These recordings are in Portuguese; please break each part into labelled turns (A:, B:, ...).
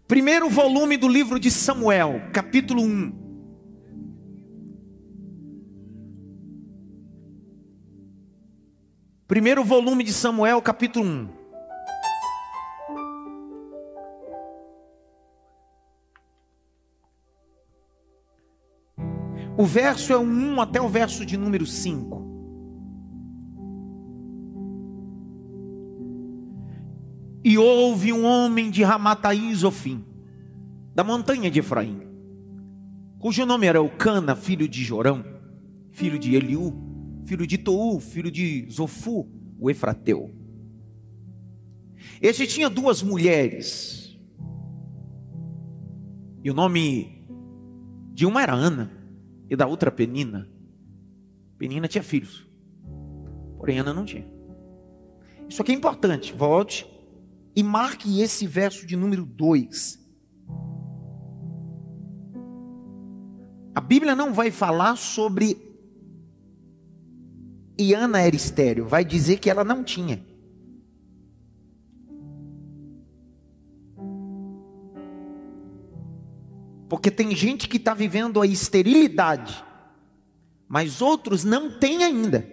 A: Primeiro volume do livro de Samuel, capítulo 1. Primeiro volume de Samuel, capítulo 1. O verso é o 1 até o verso de número 5. E houve um homem de Ramataí Zofim, da montanha de Efraim, cujo nome era Eucana, filho de Jorão, filho de Eliú, filho de Tou, filho de Zofu, o Efrateu. Este tinha duas mulheres, e o nome de uma era Ana, e da outra Penina. Penina tinha filhos, porém Ana não tinha. Isso aqui é importante, volte e marque esse verso de número 2. A Bíblia não vai falar sobre e Ana era estéril, vai dizer que ela não tinha. Porque tem gente que está vivendo a esterilidade, mas outros não têm ainda.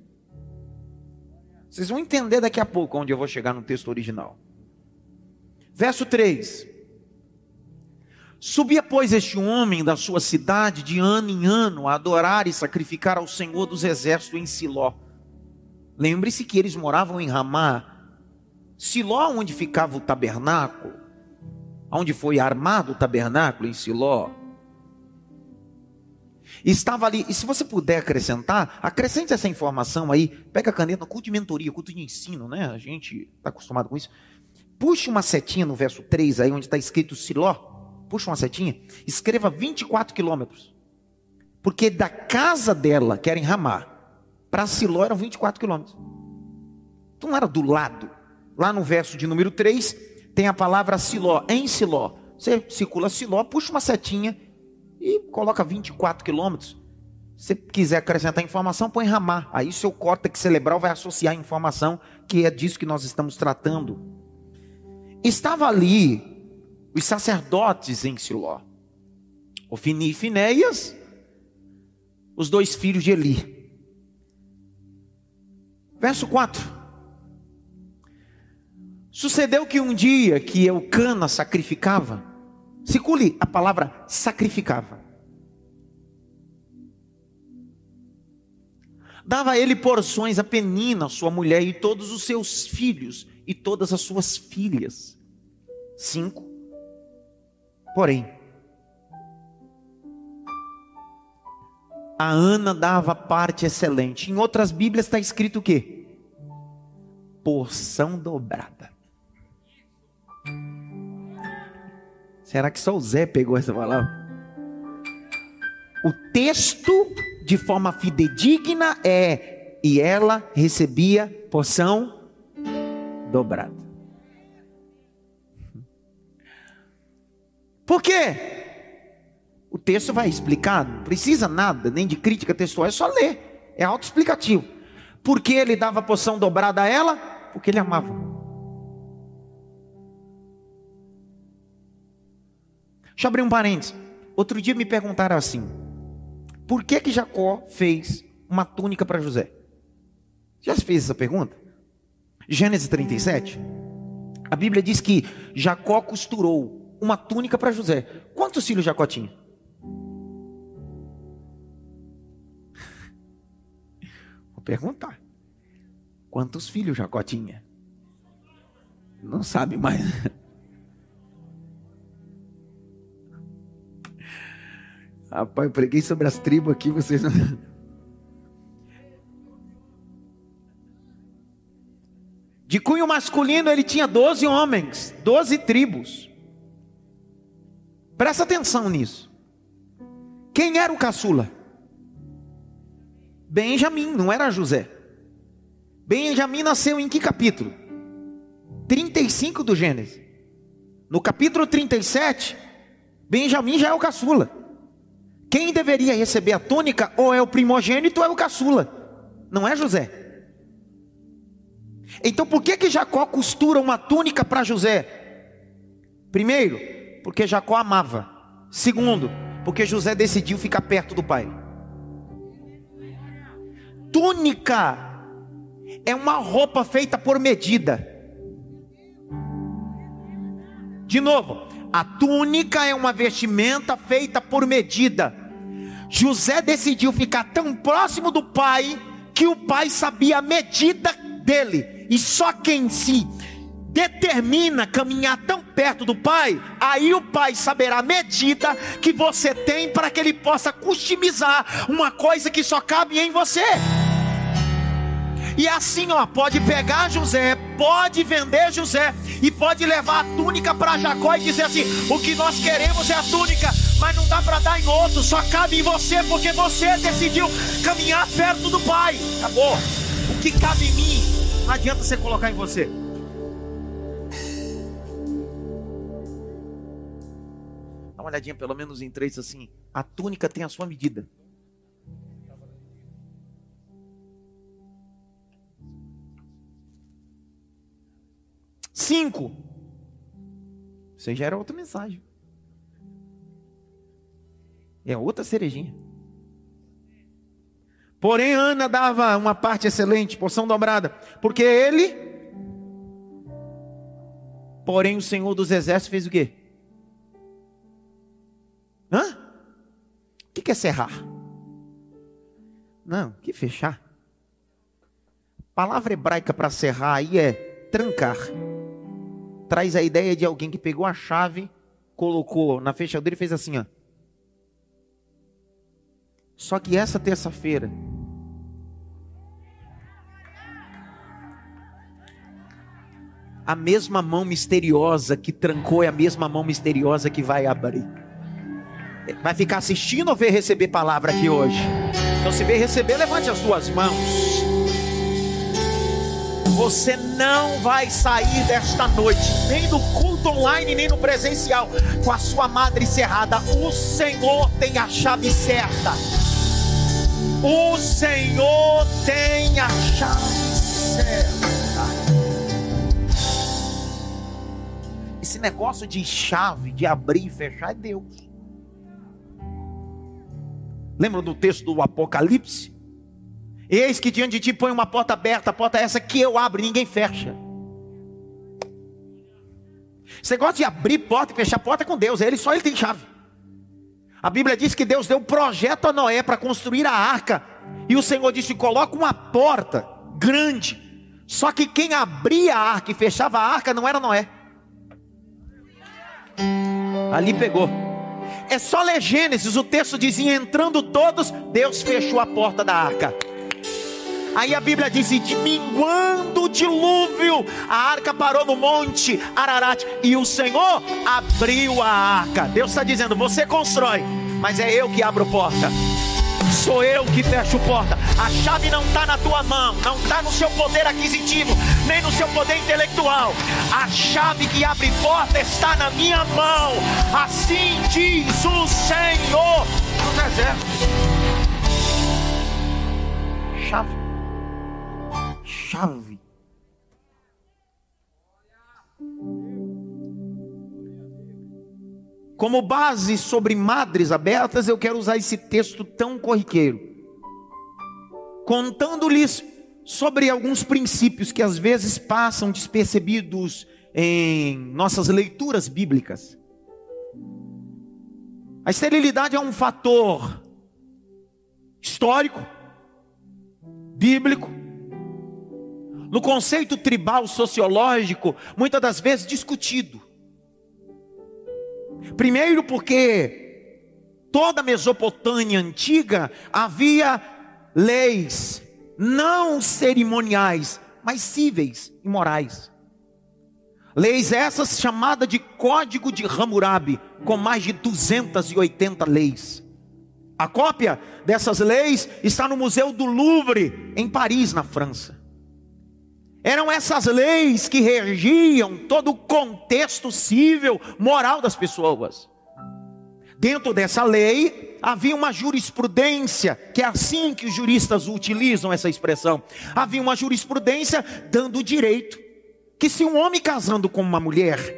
A: Vocês vão entender daqui a pouco onde eu vou chegar no texto original. Verso 3. Subia, pois, este homem da sua cidade de ano em ano a adorar e sacrificar ao Senhor dos Exércitos em Siló. Lembre-se que eles moravam em Ramá. Siló, onde ficava o tabernáculo, onde foi armado o tabernáculo em Siló, estava ali. E se você puder acrescentar, acrescente essa informação aí. Pega a caneta, culto de mentoria, culto de ensino, né? A gente está acostumado com isso. Puxe uma setinha no verso 3 aí, onde está escrito Siló. Puxa uma setinha, escreva 24 quilômetros. Porque da casa dela, que era em Ramá, para Siló eram 24 quilômetros. Então não era do lado. Lá no verso de número 3, tem a palavra Siló, em Siló. Você circula Siló, puxa uma setinha e coloca 24 quilômetros. Se quiser acrescentar informação, põe Ramá. Aí seu córtex cerebral vai associar a informação, que é disso que nós estamos tratando. Estava ali os sacerdotes em Siló, Ofni e Finéias, os dois filhos de Eli. Verso 4. Sucedeu que um dia que Eucana sacrificava, circule a palavra sacrificava, dava a ele porções a Penina, sua mulher, e todos os seus filhos, e todas as suas filhas. 5. Porém, a Ana dava parte excelente. Em outras Bíblias está escrito o quê? Porção dobrada. Será que só o Zé pegou essa palavra? O texto, de forma fidedigna, é: e ela recebia porção dobrada. Por quê? O texto vai explicar, não precisa nada, nem de crítica textual, é só ler, é autoexplicativo. Por que ele dava porção dobrada a ela? Porque ele amava. Deixa eu abrir um parênteses. Outro dia me perguntaram assim: por que Jacó fez uma túnica para José? Já se fez essa pergunta? Gênesis 37, a Bíblia diz que Jacó costurou uma túnica para José. Quantos filhos Jacó tinha? Vou perguntar. Quantos filhos Jacó tinha? Não sabe mais. Rapaz, eu preguei sobre as tribos aqui, vocês não... De cunho masculino ele tinha 12 homens, 12 tribos. Presta atenção nisso. Quem era o caçula? Benjamim, não era José. Benjamim nasceu em que capítulo? 35 do Gênesis. No capítulo 37, Benjamim já é o caçula. Quem deveria receber a túnica ou é o primogênito ou é o caçula, não é José. Então por que Jacó costura uma túnica para José? Primeiro, porque Jacó amava. Segundo, porque José decidiu ficar perto do pai. Túnica é uma roupa feita por medida. De novo, a túnica é uma vestimenta feita por medida. José decidiu ficar tão próximo do pai, que o pai sabia a medida dele. E só quem se determina caminhar tão perto do pai, aí o pai saberá a medida que você tem, para que ele possa customizar uma coisa que só cabe em você. E assim, pode pegar José, pode vender José, e pode levar a túnica para Jacó e dizer assim: o que nós queremos é a túnica, mas não dá para dar em outro, só cabe em você, porque você decidiu caminhar perto do pai. Acabou. O que cabe em mim, não adianta você colocar em você. Dá uma olhadinha pelo menos em 3 assim. A túnica tem a sua medida. Cinco. Isso aí já era outra mensagem. É outra cerejinha. Porém, Ana dava uma parte excelente, porção dobrada, porque porém o Senhor dos Exércitos fez o quê? O que é cerrar? Não, que fechar. A palavra hebraica para cerrar aí é trancar. Traz a ideia de alguém que pegou a chave, colocou na fechadura e fez assim, Só que essa terça-feira, a mesma mão misteriosa que trancou é a mesma mão misteriosa que vai abrir. Vai ficar assistindo ou ver receber palavra aqui hoje? Então, se ver receber, levante as suas mãos. Você não vai sair desta noite, nem do culto online, nem no presencial, com a sua madre cerrada. O Senhor tem a chave certa. O Senhor tem a chave certa. Esse negócio de chave, de abrir e fechar, é Deus. Lembra do texto do Apocalipse? Eis que diante de ti põe uma porta aberta, a porta é essa que eu abro e ninguém fecha. Você gosta de abrir porta e fechar porta com Deus, ele tem chave. A Bíblia diz que Deus deu um projeto a Noé para construir a arca, e o Senhor disse: coloca uma porta grande. Só que quem abria a arca e fechava a arca não era Noé. Ali pegou. É só ler Gênesis, o texto dizia: entrando todos, Deus fechou a porta da arca. Aí a Bíblia diz: de minguando o dilúvio, a arca parou no monte Ararat, e o Senhor abriu a arca. Deus está dizendo: você constrói, mas é eu que abro porta. Sou eu que fecho porta. A chave não está na tua mão, não está no seu poder aquisitivo, nem no seu poder intelectual. A chave que abre porta está na minha mão. Assim diz o Senhor dos Exércitos. Chave. Como base sobre madres abertas, eu quero usar esse texto tão corriqueiro, contando-lhes sobre alguns princípios que às vezes passam despercebidos em nossas leituras bíblicas. A esterilidade é um fator histórico, bíblico, no conceito tribal sociológico, muitas das vezes discutido. Primeiro porque toda a Mesopotâmia antiga havia leis não cerimoniais, mas cíveis e morais. Leis essas chamadas de Código de Hammurabi, com mais de 280 leis. A cópia dessas leis está no Museu do Louvre, em Paris, na França. Eram essas leis que regiam todo o contexto civil, moral das pessoas. Dentro dessa lei havia uma jurisprudência, que é assim que os juristas utilizam essa expressão. Havia uma jurisprudência dando o direito que, se um homem casando com uma mulher,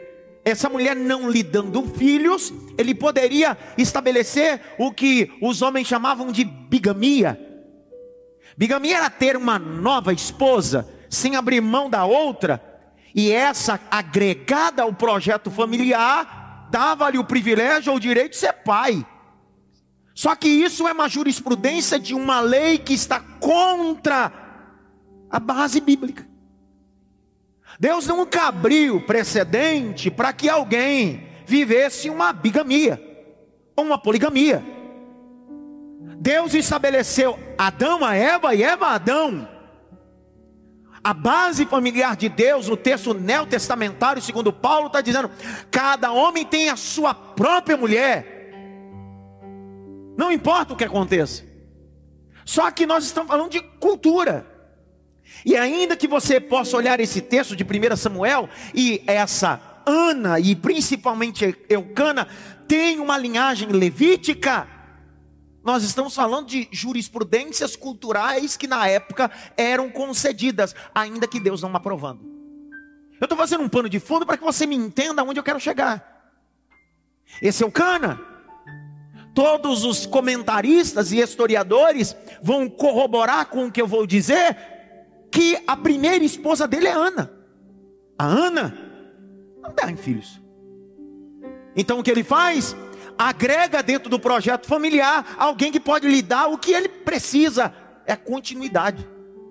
A: essa mulher não lhe dando filhos, ele poderia estabelecer o que os homens chamavam de bigamia. Bigamia era ter uma nova esposa, sem abrir mão da outra, e essa, agregada ao projeto familiar, dava-lhe o privilégio ou o direito de ser pai. Só que isso é uma jurisprudência de uma lei que está contra a base bíblica. Deus nunca abriu precedente para que alguém vivesse uma bigamia ou uma poligamia. Deus estabeleceu Adão a Eva e Eva a Adão. A base familiar de Deus, no texto neotestamentário, segundo Paulo, está dizendo: cada homem tem a sua própria mulher. Não importa o que aconteça. Só que nós estamos falando de cultura. E ainda que você possa olhar esse texto de 1 Samuel, e essa Ana, e principalmente Eucana, tem uma linhagem levítica, nós estamos falando de jurisprudências culturais que na época eram concedidas, ainda que Deus não aprovando. Eu estou fazendo um pano de fundo para que você me entenda onde eu quero chegar. Esse Eucana, todos os comentaristas e historiadores vão corroborar com o que eu vou dizer, que a primeira esposa dele é Ana. A Ana não dá em filhos. Então o que ele faz? Agrega dentro do projeto familiar alguém que pode lhe dar o que ele precisa. É continuidade.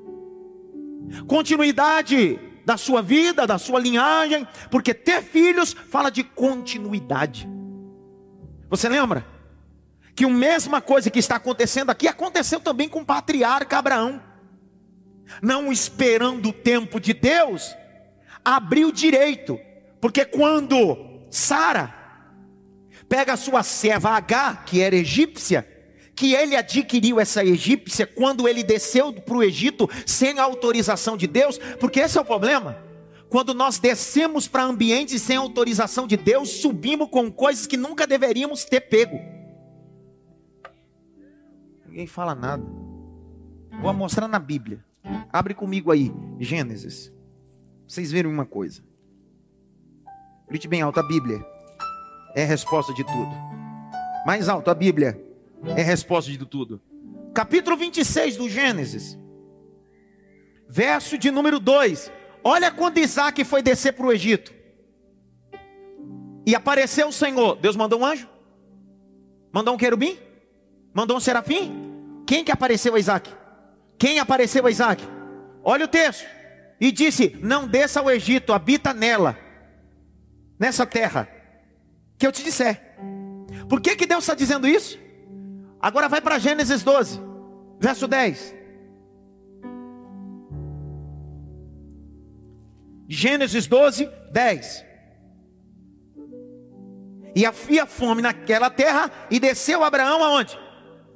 A: Continuidade da sua vida, da sua linhagem. Porque ter filhos fala de continuidade. Você lembra? Que a mesma coisa que está acontecendo aqui aconteceu também com o patriarca Abraão. Não esperando o tempo de Deus, abriu direito. Porque quando Sara pega a sua serva Agar, que era egípcia, que ele adquiriu essa egípcia quando ele desceu para o Egito sem a autorização de Deus. Porque esse é o problema. Quando nós descemos para ambientes sem autorização de Deus, subimos com coisas que nunca deveríamos ter pego. Ninguém fala nada. Vou mostrar na Bíblia. Abre comigo aí, Gênesis. Vocês verem uma coisa. Grite bem alto: a Bíblia é a resposta de tudo. Mais alto: a Bíblia é a resposta de tudo. Capítulo 26 do Gênesis, verso de número 2. Olha quando Isaac foi descer para o Egito. E apareceu o Senhor. Deus mandou um anjo? Mandou um querubim? Mandou um serafim? Quem que apareceu a Isaac? Quem apareceu a Isaac? Olha o texto. E disse: não desça ao Egito, habita nela, nessa terra que eu te disser. Por que Deus está dizendo isso? Agora vai para Gênesis 12, verso 10. Gênesis 12, 10. E havia fome naquela terra, e desceu Abraão aonde?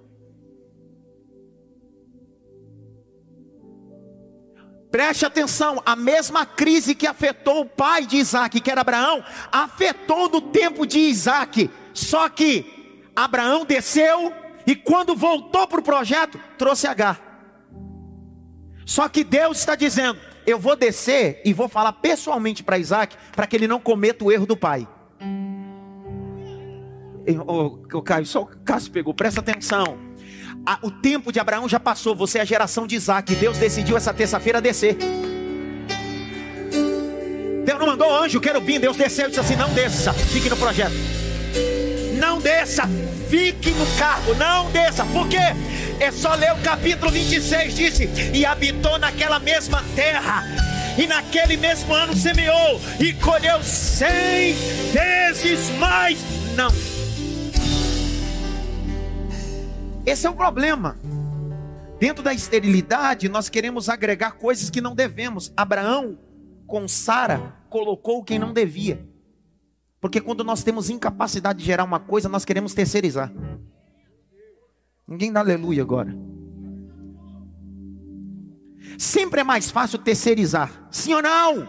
A: Preste atenção, a mesma crise que afetou o pai de Isaac, que era Abraão, afetou no tempo de Isaac. Só que Abraão desceu e quando voltou para o projeto, trouxe Agar. Só que Deus está dizendo: eu vou descer e vou falar pessoalmente para Isaac, para que ele não cometa o erro do pai. Ô Caio, só o Cássio pegou, presta atenção. O tempo de Abraão já passou, você é a geração de Isaac. Deus decidiu essa terça-feira descer. Deus não mandou anjo, querubim. Deus desceu e disse assim: não desça, fique no projeto. Não desça, fique no cargo. Não desça, por quê? É só ler o capítulo 26, disse: e habitou naquela mesma terra, e naquele mesmo ano semeou, e colheu 100 vezes mais. Não. Esse é o problema. Dentro da esterilidade, nós queremos agregar coisas que não devemos. Abraão, com Sara, colocou quem não devia. Porque quando nós temos incapacidade de gerar uma coisa, nós queremos terceirizar. Ninguém dá aleluia agora. Sempre é mais fácil terceirizar. Sim ou não?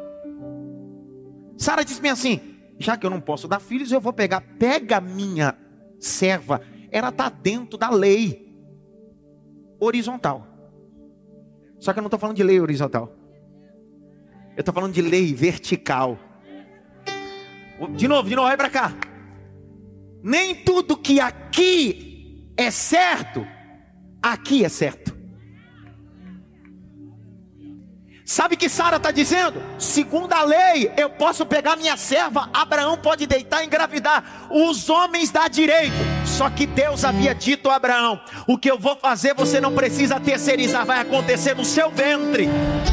A: Sara disse bem assim: já que eu não posso dar filhos, eu vou pega a minha serva. Ela está dentro da lei horizontal. Só que eu não estou falando de lei horizontal. Eu estou falando de lei vertical. De novo, olha para cá. Nem tudo que aqui é certo, aqui é certo. Sabe o que Sara está dizendo? Segundo a lei, eu posso pegar minha serva, Abraão pode deitar e engravidar. Os homens dão direito. Só que Deus havia dito a Abraão: o que eu vou fazer você não precisa terceirizar, vai acontecer no seu ventre.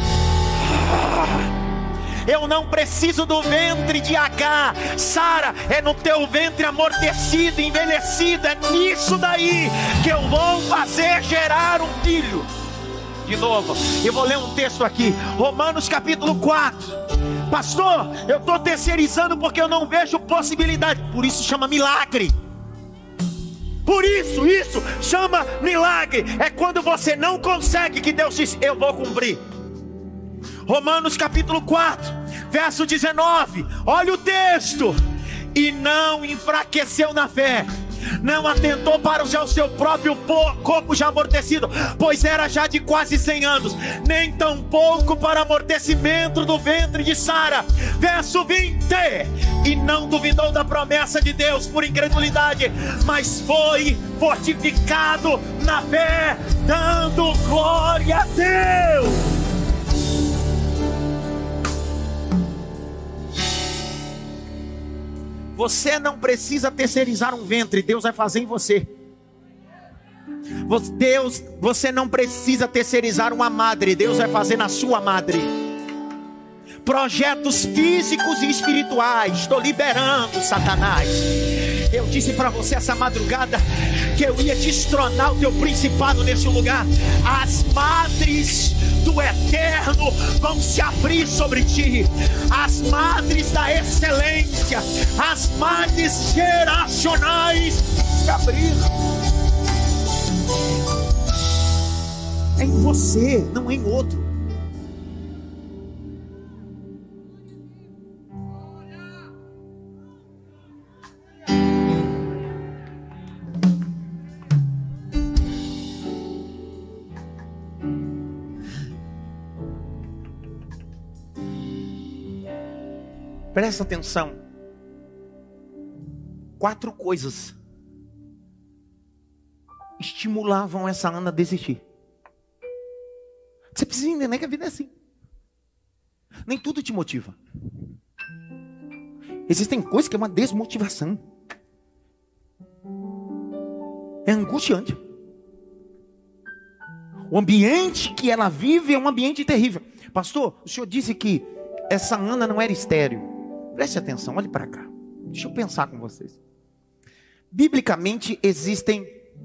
A: Eu não preciso do ventre de Agar. Sara, é no teu ventre amortecido, envelhecido. É nisso daí que eu vou fazer gerar um filho. De novo, eu vou ler um texto aqui, Romanos capítulo 4. Pastor, eu estou terceirizando porque eu não vejo possibilidade. Por isso chama milagre. Por isso chama milagre. É quando você não consegue que Deus diz: eu vou cumprir. Romanos capítulo 4, verso 19. Olha o texto. E não enfraqueceu na fé, não atentou para o seu próprio corpo já amortecido, pois era já de quase 100 anos, nem tampouco para amortecimento do ventre de Sara. Verso 20. E não duvidou da promessa de Deus por incredulidade, mas foi fortificado na fé, dando glória a Deus. Você não precisa terceirizar um ventre, Deus vai fazer em você. Você não precisa terceirizar uma madre, Deus vai fazer na sua madre. Projetos físicos e espirituais, estou liberando Satanás. Eu disse para você essa madrugada que eu ia destronar o teu principado nesse lugar. As madres do eterno vão se abrir sobre ti. As madres da excelência, as madres geracionais se abriram. É em você, não é em outro. Presta atenção. 4 coisas estimulavam essa Ana a desistir. Você precisa entender que a vida é assim. Nem tudo te motiva. Existem coisas que é uma desmotivação. É angustiante. O ambiente que ela vive é um ambiente terrível. Pastor, o senhor disse que essa Ana não era estéril. Preste atenção, olhe para cá. Deixa eu pensar com vocês. Biblicamente existem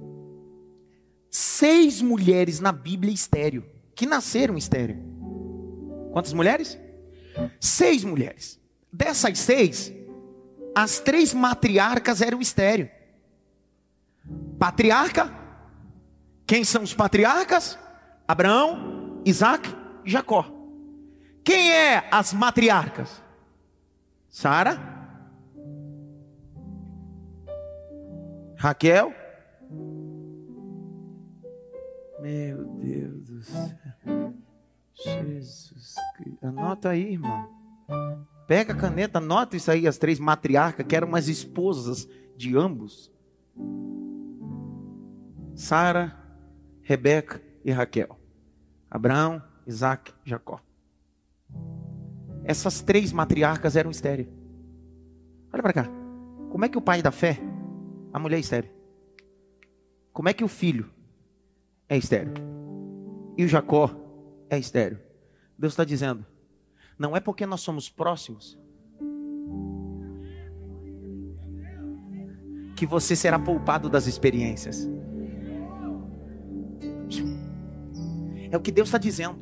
A: 6 mulheres na Bíblia estéril, que nasceram estéril. Quantas mulheres? 6 mulheres. Dessas 6, as 3 matriarcas eram estéril. Patriarca. Quem são os patriarcas? Abraão, Isaac e Jacó. Quem é as matriarcas? Sara, Raquel. Meu Deus do céu. Jesus Cristo. Anota aí, irmão. Pega a caneta, anota isso aí. As 3 matriarcas, que eram as esposas de ambos: Sara, Rebeca e Raquel. Abraão, Isaac, Jacó. Essas 3 matriarcas eram estéreis. Olha para cá. Como é que o pai da fé, a mulher é estéril? Como é que o filho é estéril? E o Jacó é estéril? Deus está dizendo: não é porque nós somos próximos que você será poupado das experiências. É o que Deus está dizendo.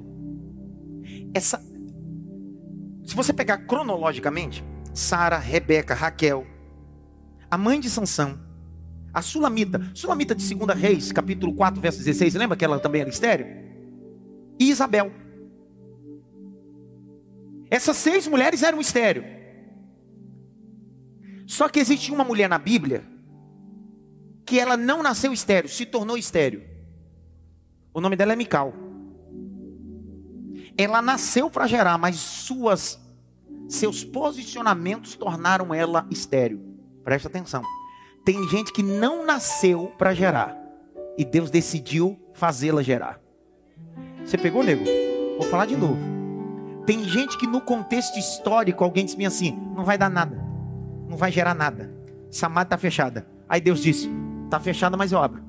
A: Se você pegar cronologicamente, Sara, Rebeca, Raquel, a mãe de Sansão, a Sulamita de 2 Reis, capítulo 4, verso 16, lembra que ela também era estéril? E Isabel. Essas 6 mulheres eram estéril. Só que existe uma mulher na Bíblia que ela não nasceu estéril, se tornou estéril. O nome dela é Mical. Ela nasceu para gerar, mas suas seus posicionamentos tornaram ela estéril. Presta atenção. Tem gente que não nasceu para gerar, e Deus decidiu fazê-la gerar. Você pegou, nego? Vou falar de novo. Tem gente que no contexto histórico, alguém disse assim, não vai dar nada, não vai gerar nada, essa mata está fechada. Aí Deus disse, está fechada, mas eu abro.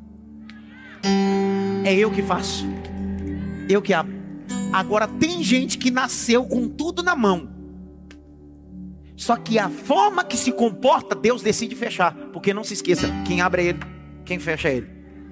A: É eu que faço, eu que abro. Agora tem gente que nasceu com tudo na mão, só que a forma que se comporta, Deus decide fechar. Porque não se esqueça, quem abre é ele, quem fecha é ele.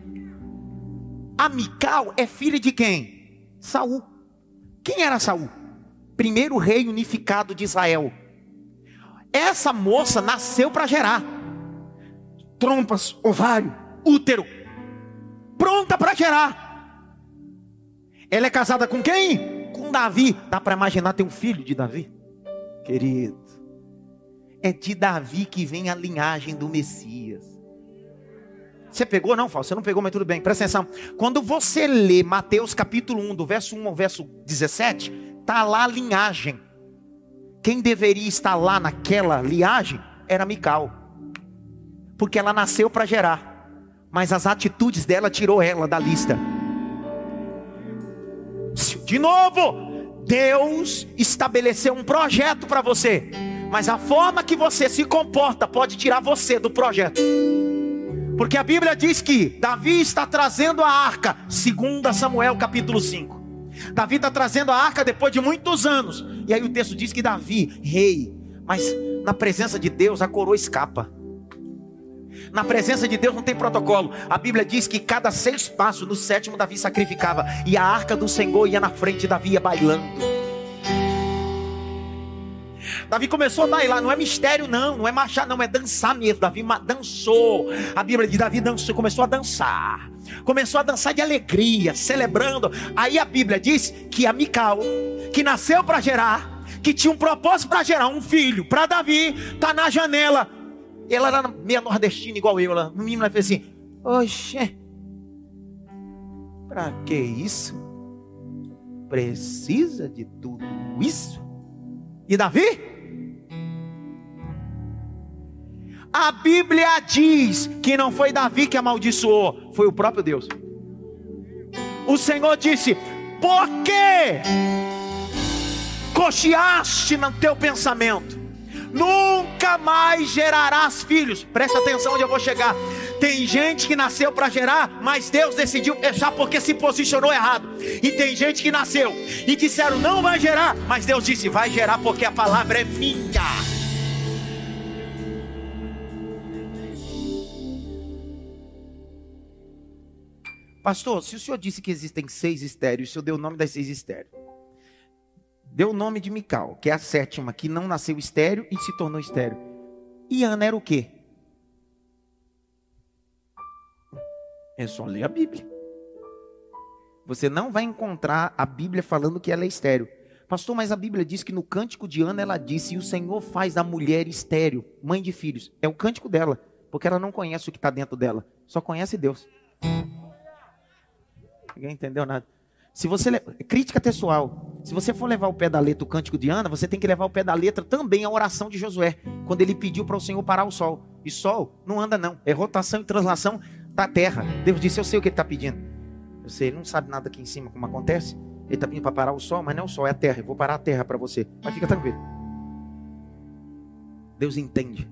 A: A Mical é filha de quem? Saul. Quem era Saul? Primeiro rei unificado de Israel. Essa moça nasceu para gerar. Trompas, ovário, útero. Pronta para gerar. Ela é casada com quem? Com Davi. Dá para imaginar ter um filho de Davi? Querido, é de Davi que vem a linhagem do Messias. Você pegou? Não, Fausto, você não pegou, mas tudo bem, presta atenção. Quando você lê Mateus capítulo 1, do verso 1 ao verso 17, está lá a linhagem. Quem deveria estar lá naquela linhagem era Mical, porque ela nasceu para gerar, mas as atitudes dela tirou ela da lista. De novo, Deus estabeleceu um projeto para você, mas a forma que você se comporta pode tirar você do projeto. Porque a Bíblia diz que Davi está trazendo a arca, 2 Samuel capítulo 5. Davi está trazendo a arca depois de muitos anos. E aí o texto diz que Davi, rei, mas na presença de Deus a coroa escapa. Na presença de Deus não tem protocolo. A Bíblia diz que cada 6 passos, no 7º Davi sacrificava, e a arca do Senhor ia na frente, Davi ia bailando. Davi começou a bailar, não é mistério não, não é marchar não, é dançar mesmo. Davi dançou, a Bíblia diz, Davi dançou, começou a dançar de alegria, celebrando. Aí a Bíblia diz que a Mical, que nasceu para gerar, que tinha um propósito para gerar um filho, para Davi, está na janela. Ela era meia nordestina igual eu, no mínimo ela fez assim, oxe, para que isso? Precisa de tudo isso? E Davi? A Bíblia diz que não foi Davi que amaldiçoou, foi o próprio Deus. O Senhor disse, por que cocheaste no teu pensamento? Nunca mais gerarás filhos. Presta atenção onde eu vou chegar. Tem gente que nasceu para gerar, mas Deus decidiu fechar porque se posicionou errado. E tem gente que nasceu e disseram não vai gerar, mas Deus disse vai gerar porque a palavra é minha. Pastor, se o senhor disse que existem 6 estéreos, o senhor deu o nome das 6 estéreos. Deu o nome de Mical, que é a 7ª, que não nasceu estéreo e se tornou estéreo. E Ana era o quê? É só ler a Bíblia. Você não vai encontrar a Bíblia falando que ela é estéreo. Pastor, mas a Bíblia diz que no cântico de Ana ela disse, e o Senhor faz da mulher estéreo, mãe de filhos. É o cântico dela, porque ela não conhece o que está dentro dela, só conhece Deus. Ninguém entendeu nada. Se você crítica textual, se você for levar o pé da letra o cântico de Ana, você tem que levar o pé da letra também a oração de Josué, quando ele pediu para o Senhor parar o sol. E sol não anda não, é rotação e translação da terra. Deus disse, eu sei o que ele está pedindo. Eu sei, ele não sabe nada aqui em cima como acontece. Ele está pedindo para parar o sol, mas não é o sol, é a terra. Eu vou parar a terra para você, mas fica tranquilo. Deus entende.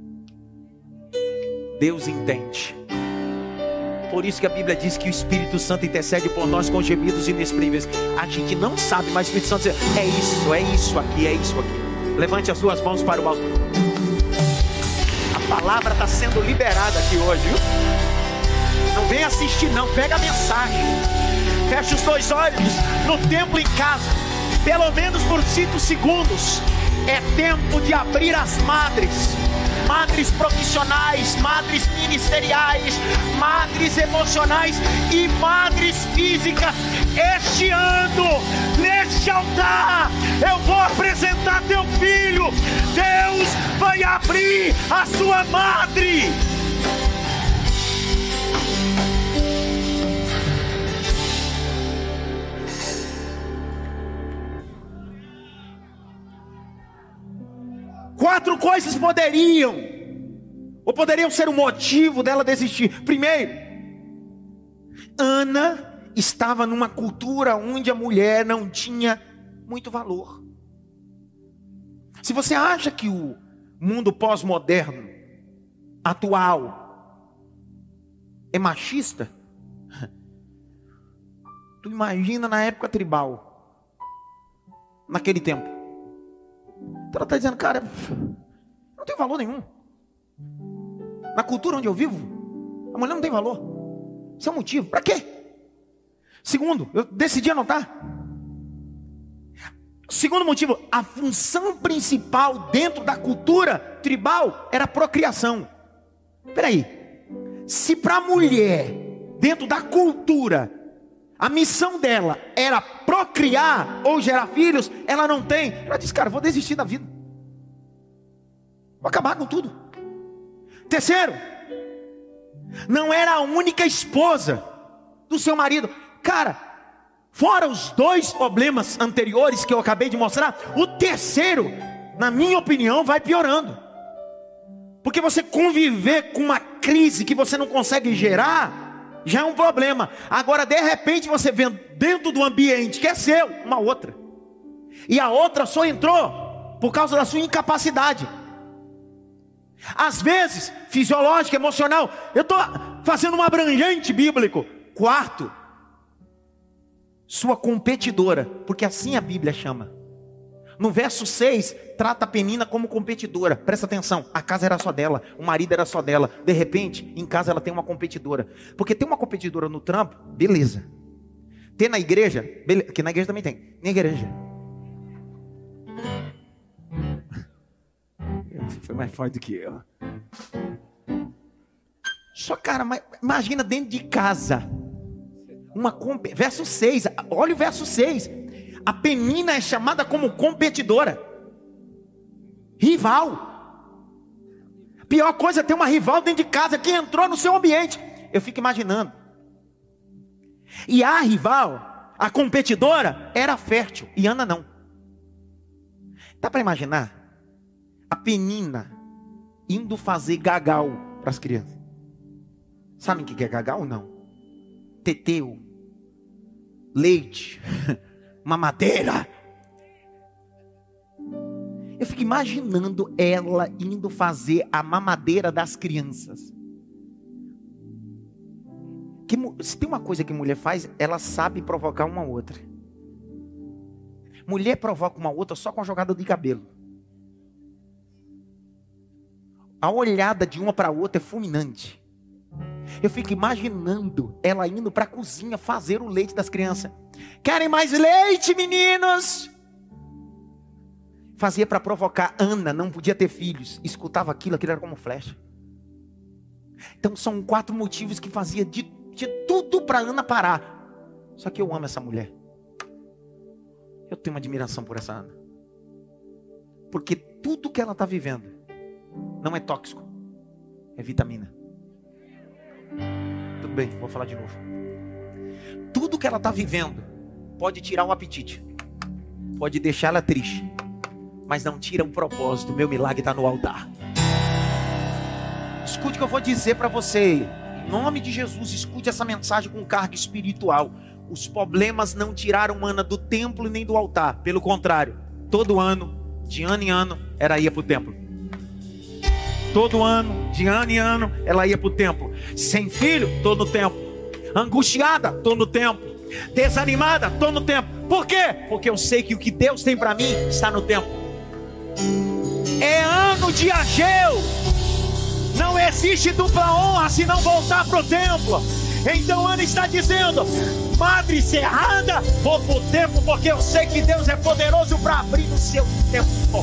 A: Deus entende. Por isso que a Bíblia diz que o Espírito Santo intercede por nós com gemidos inexprimíveis. A gente não sabe, mas o Espírito Santo diz, é isso aqui, é isso aqui. Levante as suas mãos para o alto. A palavra está sendo liberada aqui hoje, viu? Não vem assistir não, pega a mensagem. Feche os 2 olhos no templo em casa, pelo menos por 5 segundos. É tempo de abrir as madres. Madres profissionais, madres ministeriais, madres emocionais e madres físicas. Este ano, neste altar, eu vou apresentar teu filho. Deus vai abrir a sua madre. coisas poderiam ser o motivo dela desistir. Primeiro, Ana estava numa cultura onde a mulher não tinha muito valor. Se você acha que o mundo pós-moderno, atual, é machista, tu imagina na época tribal, naquele tempo. Então ela está dizendo, cara, não tem valor nenhum. Na cultura onde eu vivo, a mulher não tem valor. Isso é um motivo. Para quê? Segundo, eu decidi anotar. Segundo motivo, a função principal dentro da cultura tribal era a procriação. Espera aí. Se para a mulher, dentro da cultura, a missão dela era procriar ou gerar filhos, ela não tem. Ela diz, cara, vou desistir da vida. Vou acabar com tudo. Terceiro, não era a única esposa do seu marido. Cara, fora os dois problemas anteriores que eu acabei de mostrar, o terceiro, na minha opinião, vai piorando. Porque você conviver com uma crise que você não consegue gerar, já é um problema. Agora, de repente, você vê dentro do ambiente que é seu, uma outra. E a outra só entrou por causa da sua incapacidade. Às vezes, fisiológica, emocional. Eu estou fazendo um abrangente bíblico. Quarto, sua competidora, porque assim a Bíblia chama. No verso 6, trata a Penina como competidora. Presta atenção, a casa era só dela, o marido era só dela. De repente, em casa ela tem uma competidora. Porque tem uma competidora no trampo, beleza. Tem na igreja, beleza, que na igreja também tem. Na igreja. Você foi mais forte do que eu. Só, cara, imagina dentro de casa. Verso 6, olha o verso 6. A Penina é chamada como competidora, rival. Pior coisa é ter uma rival dentro de casa que entrou no seu ambiente. Eu fico imaginando. E a rival, a competidora, era fértil e Ana não. Dá para imaginar a Penina indo fazer gagal para as crianças? Sabem o que é gagal ou não? Teteu, leite, mamadeira. Eu fico imaginando ela indo fazer a mamadeira das crianças. Se tem uma coisa que mulher faz, ela sabe provocar uma outra. Mulher provoca uma outra só com a jogada de cabelo. A olhada de uma para a outra é fulminante. Eu fico imaginando ela indo para a cozinha fazer o leite das crianças. Querem mais leite, meninos? Fazia para provocar. Ana não podia ter filhos. Escutava aquilo era como flecha. Então são 4 motivos que fazia de tudo para Ana parar. Só que eu amo essa mulher. Eu tenho uma admiração por essa Ana. Porque tudo que ela está vivendo não é tóxico, é vitamina. Tudo bem, vou falar de novo. Tudo que ela está vivendo pode tirar o apetite, pode deixar ela triste, mas não tira o propósito. Meu milagre está no altar. Escute o que eu vou dizer para você. Em nome de Jesus, escute essa mensagem com carga espiritual. Os problemas não tiraram Ana do templo nem do altar. Pelo contrário, todo ano, de ano em ano, ela ia para o templo. Todo ano, de ano em ano, ela ia para o templo. Sem filho, tô no templo. Angustiada, tô no templo. Desanimada, tô no templo. Por quê? Porque eu sei que o que Deus tem para mim está no templo. É ano de Ageu. Não existe dupla honra se não voltar para o templo. Então Ana está dizendo: Madre Serrada, vou para o templo porque eu sei que Deus é poderoso para abrir o seu templo.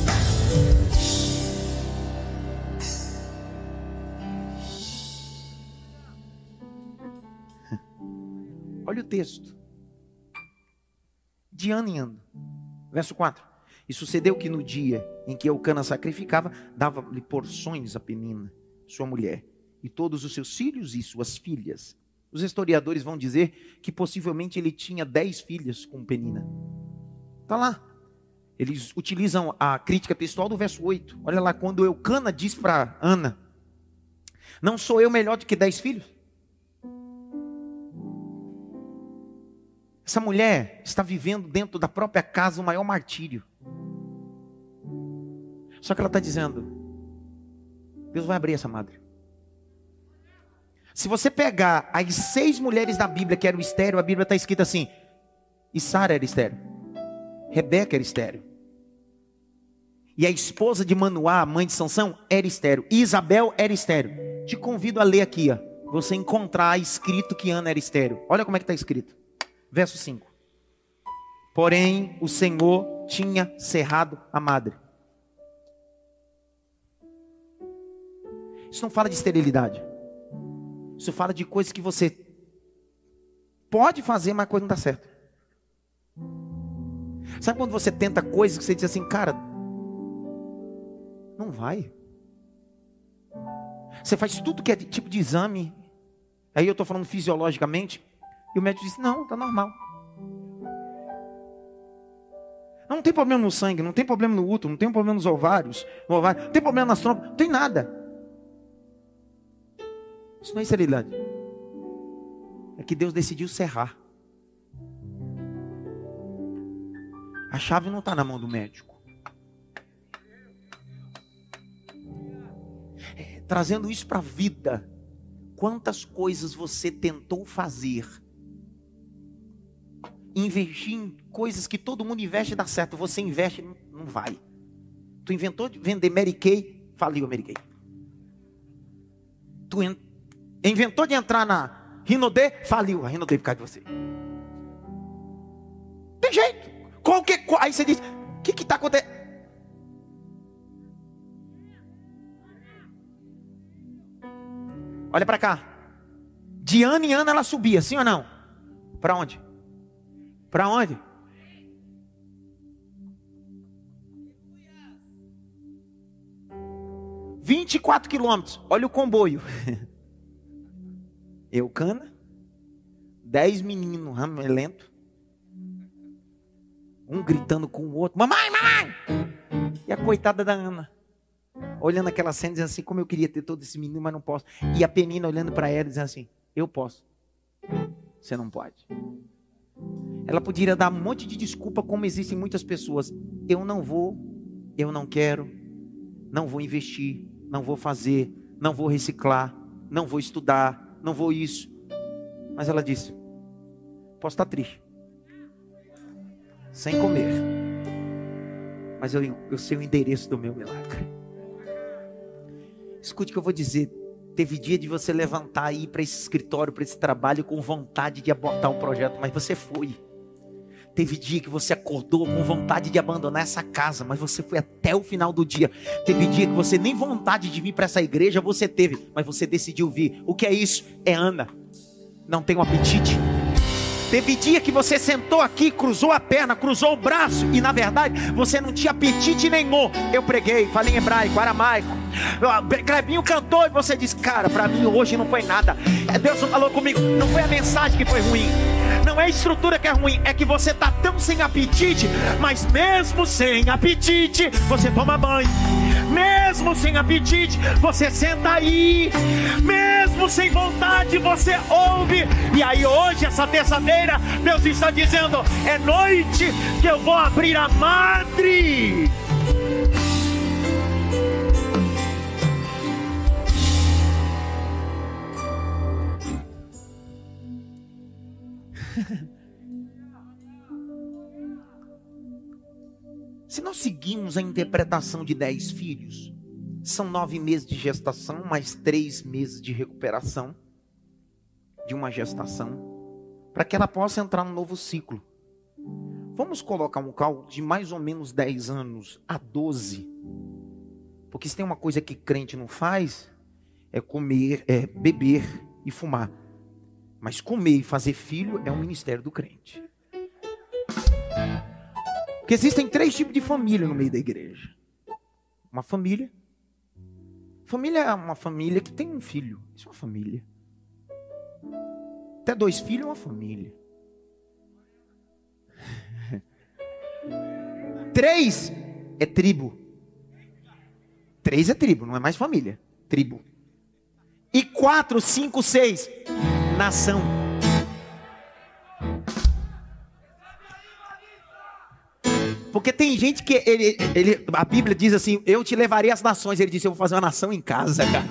A: Olha o texto. De ano em ano. Verso 4. E sucedeu que no dia em que Eucana sacrificava, dava-lhe porções a Penina, sua mulher, e todos os seus filhos e suas filhas. Os historiadores vão dizer que possivelmente ele tinha 10 filhas com Penina. Está lá. Eles utilizam a crítica textual do verso 8. Olha lá, quando Eucana diz para Ana: não sou eu melhor do que 10 filhos? Essa mulher está vivendo dentro da própria casa o maior martírio. Só que ela está dizendo: Deus vai abrir essa madre. Se você pegar as 6 mulheres da Bíblia que eram estéril, a Bíblia está escrita assim: e Sara era estéril, Rebeca era estéril, e a esposa de Manoá, mãe de Sansão, era estéril, e Isabel era estéril. Te convido a ler aqui, ó, você encontrar escrito que Ana era estéril. Olha como é que está escrito. Verso 5. Porém, o Senhor tinha cerrado a madre. Isso não fala de esterilidade. Isso fala de coisas que você pode fazer, mas a coisa não dá certo. Sabe quando você tenta coisas que você diz assim, cara, não vai. Você faz tudo que é tipo de exame. Aí eu estou falando fisiologicamente. E o médico diz, não, está normal. Não tem problema no sangue, não tem problema no útero, não tem problema nos ovários, não tem problema nas trompas, não tem nada. Isso não é esterilidade. É que Deus decidiu cerrar. A chave não está na mão do médico. Trazendo isso para a vida. Quantas coisas você tentou fazer? Investir em coisas que todo mundo investe e dá certo. Você investe e não vai. Tu inventou de vender Mary Kay, faliu a Mary Kay. Tu inventou de entrar na Rinodê, faliu a Rinodê por causa de você. Tem jeito. Qualquer coisa. Aí você diz, o que está acontecendo? Olha para cá. De ano em ano ela subia, sim ou não? Para onde? Para onde? – 24 quilômetros. Olha o comboio. Eucana, 10 meninos ramelento, um gritando com o outro, mamãe, mamãe! E a coitada da Ana, olhando aquela cena, dizendo assim, como eu queria ter todo esse menino, mas não posso. E a Penina olhando para ela, dizendo assim, eu posso, você não pode. Ela poderia dar um monte de desculpa, como existem muitas pessoas. Eu não vou, eu não quero, não vou investir, não vou fazer, não vou reciclar, não vou estudar, não vou isso. Mas ela disse, posso estar triste, sem comer, mas eu sei o endereço do meu milagre. Escute o que eu vou dizer. Teve dia de você levantar e ir para esse escritório, para esse trabalho com vontade de abortar um projeto, mas você foi. Teve dia que você acordou com vontade de abandonar essa casa, mas você foi até o final do dia. Teve dia que você nem vontade de vir para essa igreja você teve, mas você decidiu vir. O que é isso? É Ana. Não tem um apetite. Teve dia que você sentou aqui, cruzou a perna, cruzou o braço, e na verdade você não tinha apetite nenhum. Eu preguei, falei em hebraico, aramaico, Clebinho cantou e você disse, cara, para mim hoje não foi nada. Deus falou comigo, não foi a mensagem que foi ruim, não é a estrutura que é ruim, é que você está tão sem apetite. Mas mesmo sem apetite, você toma banho. Mesmo sem apetite, você senta aí. Mesmo sem vontade, você ouve. E aí hoje, essa terça-feira, Deus está dizendo, é noite que eu vou abrir a madre. Se nós seguimos a interpretação de 10 filhos, são 9 meses de gestação, mais 3 meses de recuperação de uma gestação, para que ela possa entrar num novo ciclo. Vamos colocar um cálculo de mais ou menos 10 anos a 12. Porque se tem uma coisa que crente não faz, é comer, é beber e fumar. Mas comer e fazer filho é um ministério do crente. Porque existem 3 tipos de família no meio da igreja. Uma família. Família é uma família que tem um filho. Isso é uma família. Até 2 filhos é uma família. 3 é tribo. 3 é tribo, não é mais família. Tribo. E 4, 5, 6, nação. Porque tem gente que a Bíblia diz assim: eu te levarei às nações. Ele disse: eu vou fazer uma nação em casa, cara.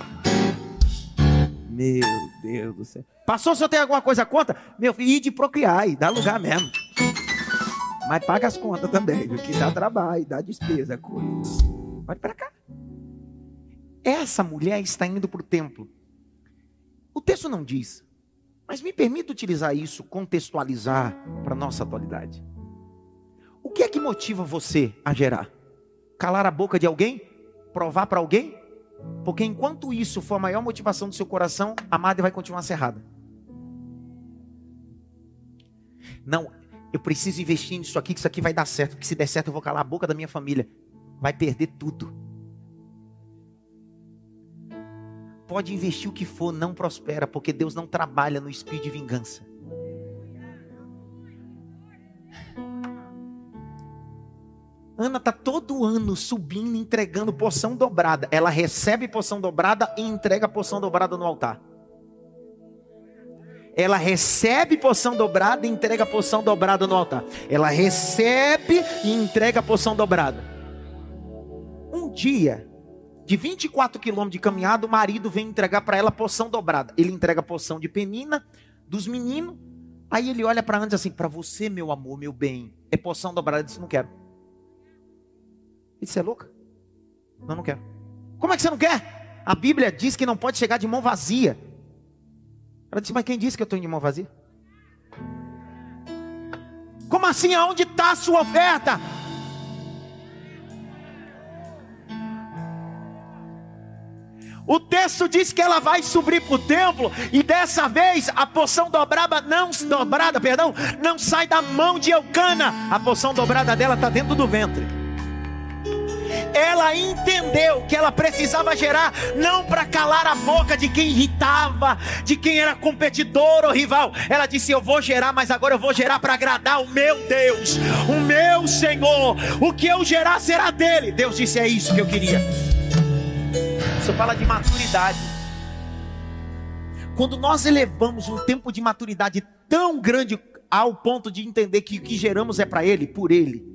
A: Meu Deus do céu. Pastor, se eu tenho alguma coisa contra? Meu filho, ide procriar e dá lugar mesmo. Mas paga as contas também, que dá trabalho, dá despesa, coisa. Pode para cá. Essa mulher está indo para o templo. O texto não diz, mas me permita utilizar isso, contextualizar para a nossa atualidade. O que é que motiva você a gerar? Calar a boca de alguém? Provar para alguém? Porque enquanto isso for a maior motivação do seu coração, a madre vai continuar cerrada. Não, eu preciso investir nisso aqui, que isso aqui vai dar certo. Porque se der certo eu vou calar a boca da minha família. Vai perder tudo. Pode investir o que for, não prospera. Porque Deus não trabalha no espírito de vingança. Ana está todo ano subindo, entregando porção dobrada. Ela recebe porção dobrada e entrega porção dobrada no altar. Ela recebe porção dobrada e entrega porção dobrada no altar. Ela recebe e entrega porção dobrada. Um dia, de 24 quilômetros de caminhada, o marido vem entregar para ela porção dobrada. Ele entrega a porção de Penina, dos meninos. Aí ele olha para Ana e diz assim: para você, meu amor, meu bem, é porção dobrada. Ele disse: não quero. Ele disse: é louca? Não quero. Como é que você não quer? A Bíblia diz que não pode chegar de mão vazia. Ela disse: mas quem disse que eu estou de mão vazia? Como assim? Aonde está a sua oferta? O texto diz que ela vai subir para o templo. E dessa vez a porção dobrada não sai da mão de Eucana. A porção dobrada dela está dentro do ventre. Ela entendeu que ela precisava gerar, não para calar a boca de quem irritava, de quem era competidor ou rival. Ela disse: eu vou gerar, mas agora eu vou gerar para agradar o meu Deus, o meu Senhor. O que eu gerar será dele. Deus disse: é isso que eu queria. Isso fala de maturidade. Quando nós elevamos um tempo de maturidade tão grande ao ponto de entender que o que geramos é para ele, por ele.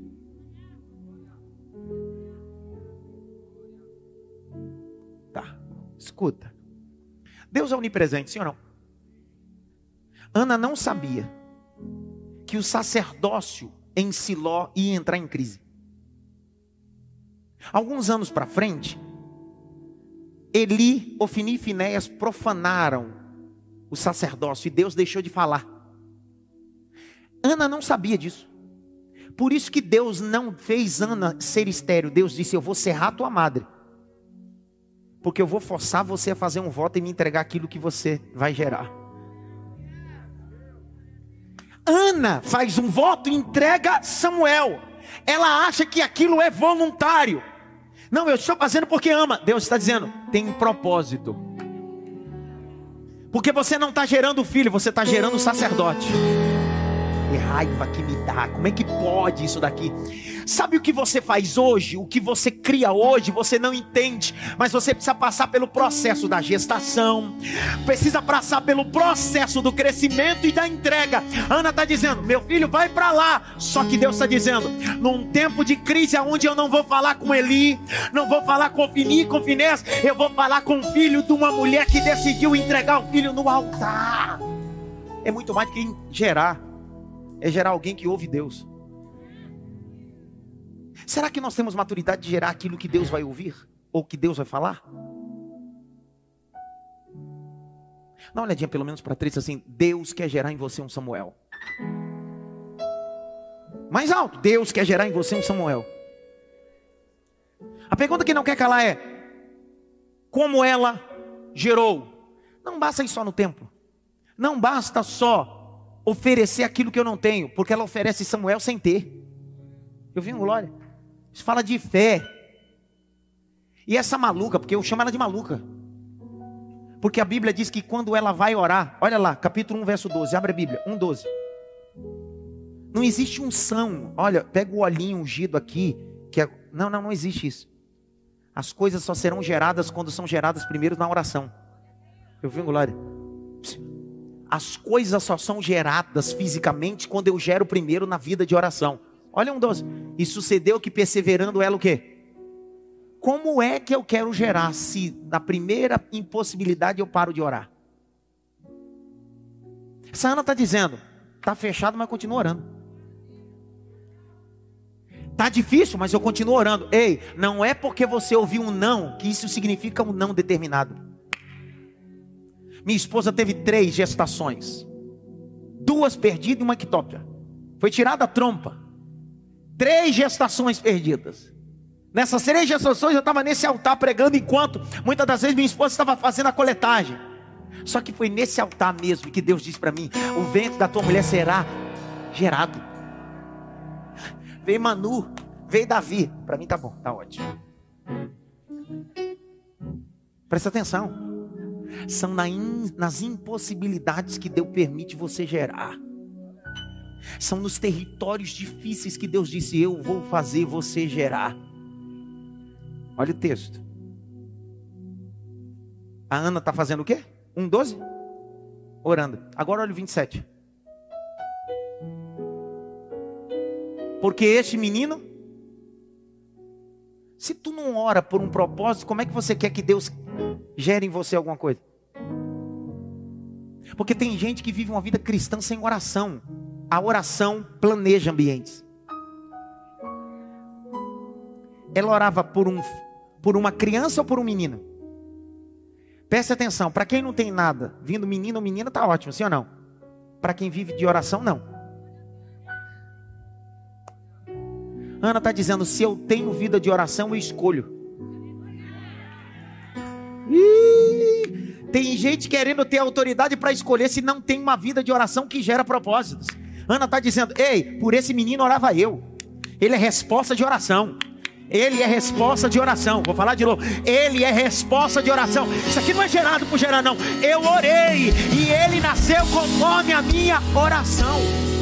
A: Escuta, Deus é onipresente, sim ou não? Ana não sabia que o sacerdócio em Siló ia entrar em crise. Alguns anos para frente, Eli, Ofni e Finéias profanaram o sacerdócio e Deus deixou de falar. Ana não sabia disso. Por isso que Deus não fez Ana ser estéril. Deus disse: eu vou serrar tua madre. Porque eu vou forçar você a fazer um voto e me entregar aquilo que você vai gerar. Ana faz um voto e entrega Samuel. Ela acha que aquilo é voluntário. Não, eu estou fazendo porque ama. Deus está dizendo: tem um propósito. Porque você não está gerando filho, você está gerando sacerdote. Que raiva que me dá. Como é que pode isso daqui? Sabe o que você faz hoje? O que você cria hoje, você não entende. Mas você precisa passar pelo processo da gestação. Precisa passar pelo processo do crescimento e da entrega. Ana está dizendo: meu filho, vai para lá. Só que Deus está dizendo: num tempo de crise onde eu não vou falar com Eli, não vou falar com Ofni e com Finéias, eu vou falar com o filho de uma mulher que decidiu entregar o filho no altar. É muito mais do que gerar. É gerar alguém que ouve Deus. Será que nós temos maturidade de gerar aquilo que Deus vai ouvir? Ou que Deus vai falar? Dá uma olhadinha pelo menos para trás assim: Deus quer gerar em você um Samuel. Mais alto: Deus quer gerar em você um Samuel. A pergunta que não quer calar é: como ela gerou? Não basta ir só no templo. Não basta só oferecer aquilo que eu não tenho, porque ela oferece Samuel sem ter. Eu vi um glória. Isso fala de fé. E essa maluca, porque eu chamo ela de maluca, porque a Bíblia diz que quando ela vai orar, olha lá, capítulo 1, verso 12, abre a Bíblia, 1:12. Não existe unção. Olha, pega o olhinho ungido aqui. Não existe isso. As coisas só serão geradas quando são geradas primeiro na oração. Eu vi, Glória? As coisas só são geradas fisicamente quando eu gero primeiro na vida de oração. Olha 1:12. E sucedeu que perseverando ela o quê? Como é que eu quero gerar se na primeira impossibilidade eu paro de orar? Essa Ana está dizendo, está fechado, mas continua orando. Está difícil, mas eu continuo orando. Ei, não é porque você ouviu um não, que isso significa um não determinado. Minha esposa teve 3 gestações. 2 perdidas e uma ectópia. Foi tirada a trompa. 3 gestações perdidas. Nessas 3 gestações eu estava nesse altar pregando, enquanto muitas das vezes minha esposa estava fazendo a coletagem. Só que foi nesse altar mesmo que Deus disse para mim: o ventre da tua mulher será gerado. Veio Manu, veio Davi. Para mim tá bom, tá ótimo. Presta atenção. São nas impossibilidades que Deus permite você gerar. São nos territórios difíceis que Deus disse: eu vou fazer você gerar. Olha o texto. A Ana está fazendo o quê? 1:12? Orando. Agora olha o 27. Porque este menino, se tu não ora por um propósito, como é que você quer que Deus gere em você alguma coisa? Porque tem gente que vive uma vida cristã sem oração. A oração planeja ambientes. Ela orava por uma criança ou por um menino? Preste atenção, para quem não tem nada, vindo menino ou menina, tá ótimo, sim ou não? Para quem vive de oração, não. Ana está dizendo: se eu tenho vida de oração, eu escolho. Tem gente querendo ter autoridade para escolher se não tem uma vida de oração que gera propósitos. Ana está dizendo: ei, por esse menino orava eu. Ele é resposta de oração. Ele é resposta de oração. Vou falar de novo. Ele é resposta de oração. Isso aqui não é gerado por gerar, não. Eu orei e ele nasceu conforme a minha oração.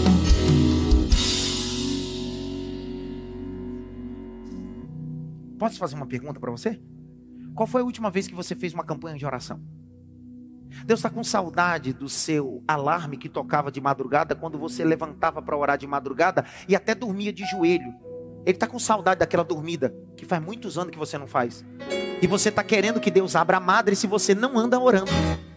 A: Posso fazer uma pergunta para você? Qual foi a última vez que você fez uma campanha de oração? Deus está com saudade do seu alarme que tocava de madrugada, quando você levantava para orar de madrugada e até dormia de joelho. Ele está com saudade daquela dormida que faz muitos anos que você não faz. E você está querendo que Deus abra a madre se você não anda orando.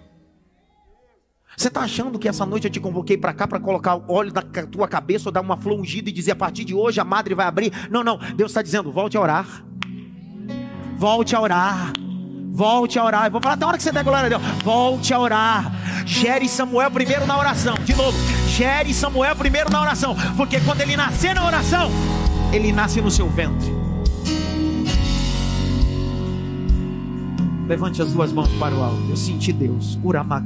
A: Você está achando que essa noite eu te convoquei para cá para colocar o óleo na tua cabeça ou dar uma flor ungida e dizer: a partir de hoje a madre vai abrir? Não, não. Deus está dizendo: volte a orar. Volte a orar. Volte a orar. Eu vou falar até a hora que você der glória a Deus. Volte a orar. Gere Samuel primeiro na oração. De novo. Gere Samuel primeiro na oração. Porque quando ele nascer na oração, ele nasce no seu ventre. Levante as 2 mãos para o alto. Eu senti Deus.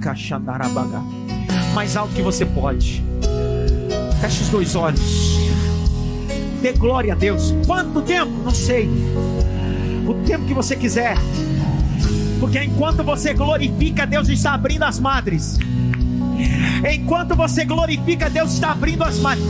A: Mais alto que você pode. Feche os 2 olhos. Dê glória a Deus. Quanto tempo? Não sei. O tempo que você quiser. Porque enquanto você glorifica, Deus está abrindo as madres. Enquanto você glorifica, Deus está abrindo as madres.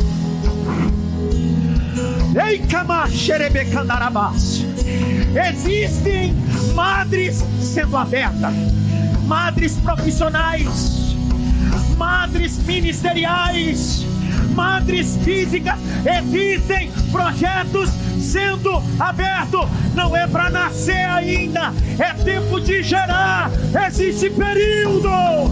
A: Existem madres sendo abertas, madres profissionais, madres ministeriais, madres físicas. Existem projetos sendo abertos. Não é para nascer ainda, é tempo de gerar. Existe período.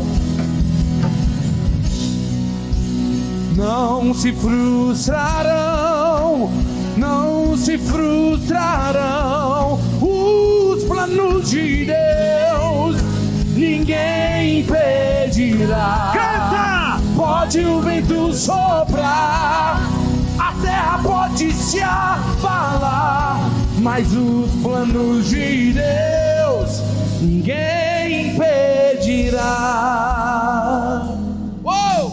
B: Não se frustrarão, não se frustrarão os planos de Deus. Ninguém impedirá.
A: Canta!
B: Pode o vento soprar, a terra pode se abalar, mas os planos de Deus ninguém impedirá. Uou!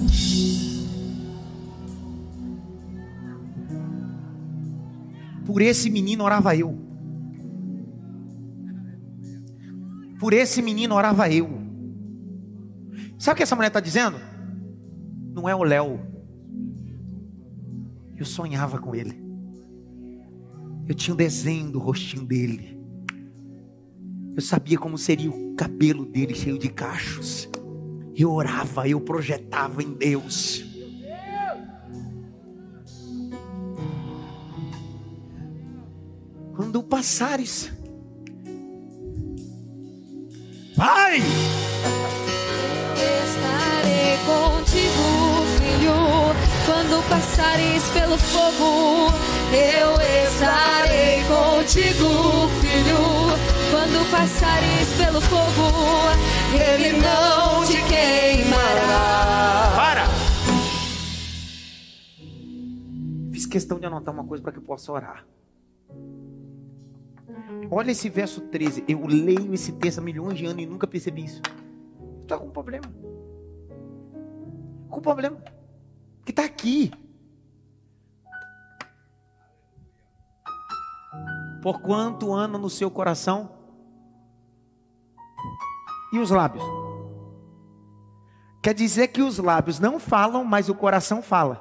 A: Por esse menino orava eu. Por esse menino orava eu. Sabe o que essa mulher está dizendo? Não é o Léo. Eu sonhava com ele. Eu tinha um desenho do rostinho dele. Eu sabia como seria o cabelo dele cheio de cachos. Eu orava, eu projetava em Deus. Quando passares, Pai,
C: estarei contigo, filho. Quando passares pelo fogo, eu estarei contigo, filho. Quando passares pelo fogo, ele não te queimará.
A: para! Fiz questão de anotar uma coisa para que eu possa orar. Olha esse verso 13. Eu leio esse texto há milhões de anos e nunca percebi isso. Estou com um problema. Com um problema. Que está aqui. Por quanto anda no seu coração? E os lábios? Quer dizer que os lábios não falam, mas o coração fala.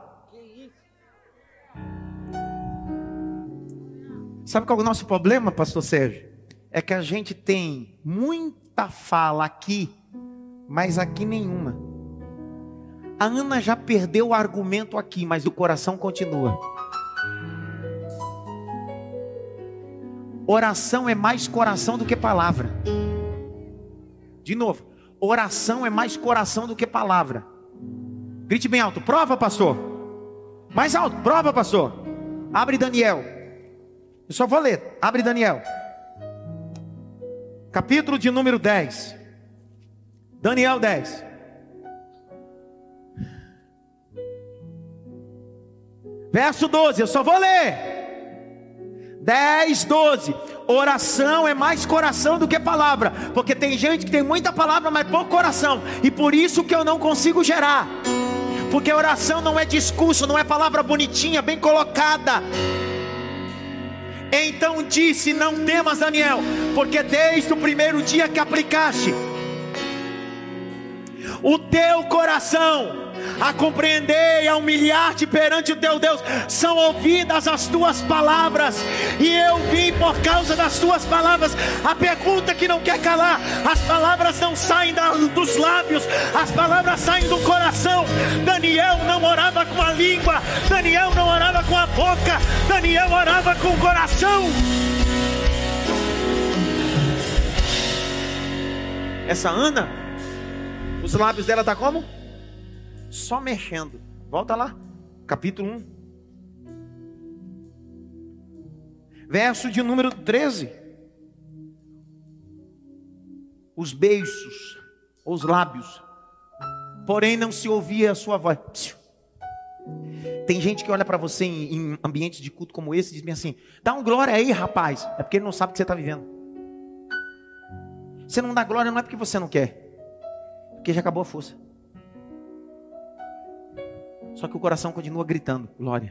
A: Sabe qual é o nosso problema, pastor Sérgio? É que a gente tem muita fala aqui, mas aqui nenhuma. A Ana já perdeu o argumento aqui, mas o coração continua. Oração é mais coração do que palavra. De novo, oração é mais coração do que palavra. Grite bem alto, prova, pastor. Mais alto, prova, pastor. Abre Daniel. Eu só vou ler, abre Daniel. Capítulo de número 10. Daniel 10. Verso 12, eu só vou ler. 10, 12. Oração é mais coração do que palavra. Porque tem gente que tem muita palavra, mas pouco coração. E por isso que eu não consigo gerar. Porque oração não é discurso, não é palavra bonitinha, bem colocada. Então disse: não temas, Daniel, porque desde o primeiro dia que aplicaste o teu coração a compreender e a humilhar-te perante o teu Deus, são ouvidas as tuas palavras, e eu vim por causa das tuas palavras. A pergunta que não quer calar: as palavras não saem dos lábios, as palavras saem do coração. Daniel não orava com a língua, Daniel não orava com a boca, Daniel orava com o coração. Essa Ana, os lábios dela tá como? Só mexendo. Volta lá, capítulo 1, verso de número 13. Os beiços, os lábios, porém não se ouvia a sua voz. Tem gente que olha para você em ambientes de culto como esse e diz bem assim: dá um glória aí, rapaz. É porque ele não sabe o que você está vivendo. Você não dá glória não é porque você não quer, porque já acabou a força. Só que o coração continua gritando: glória.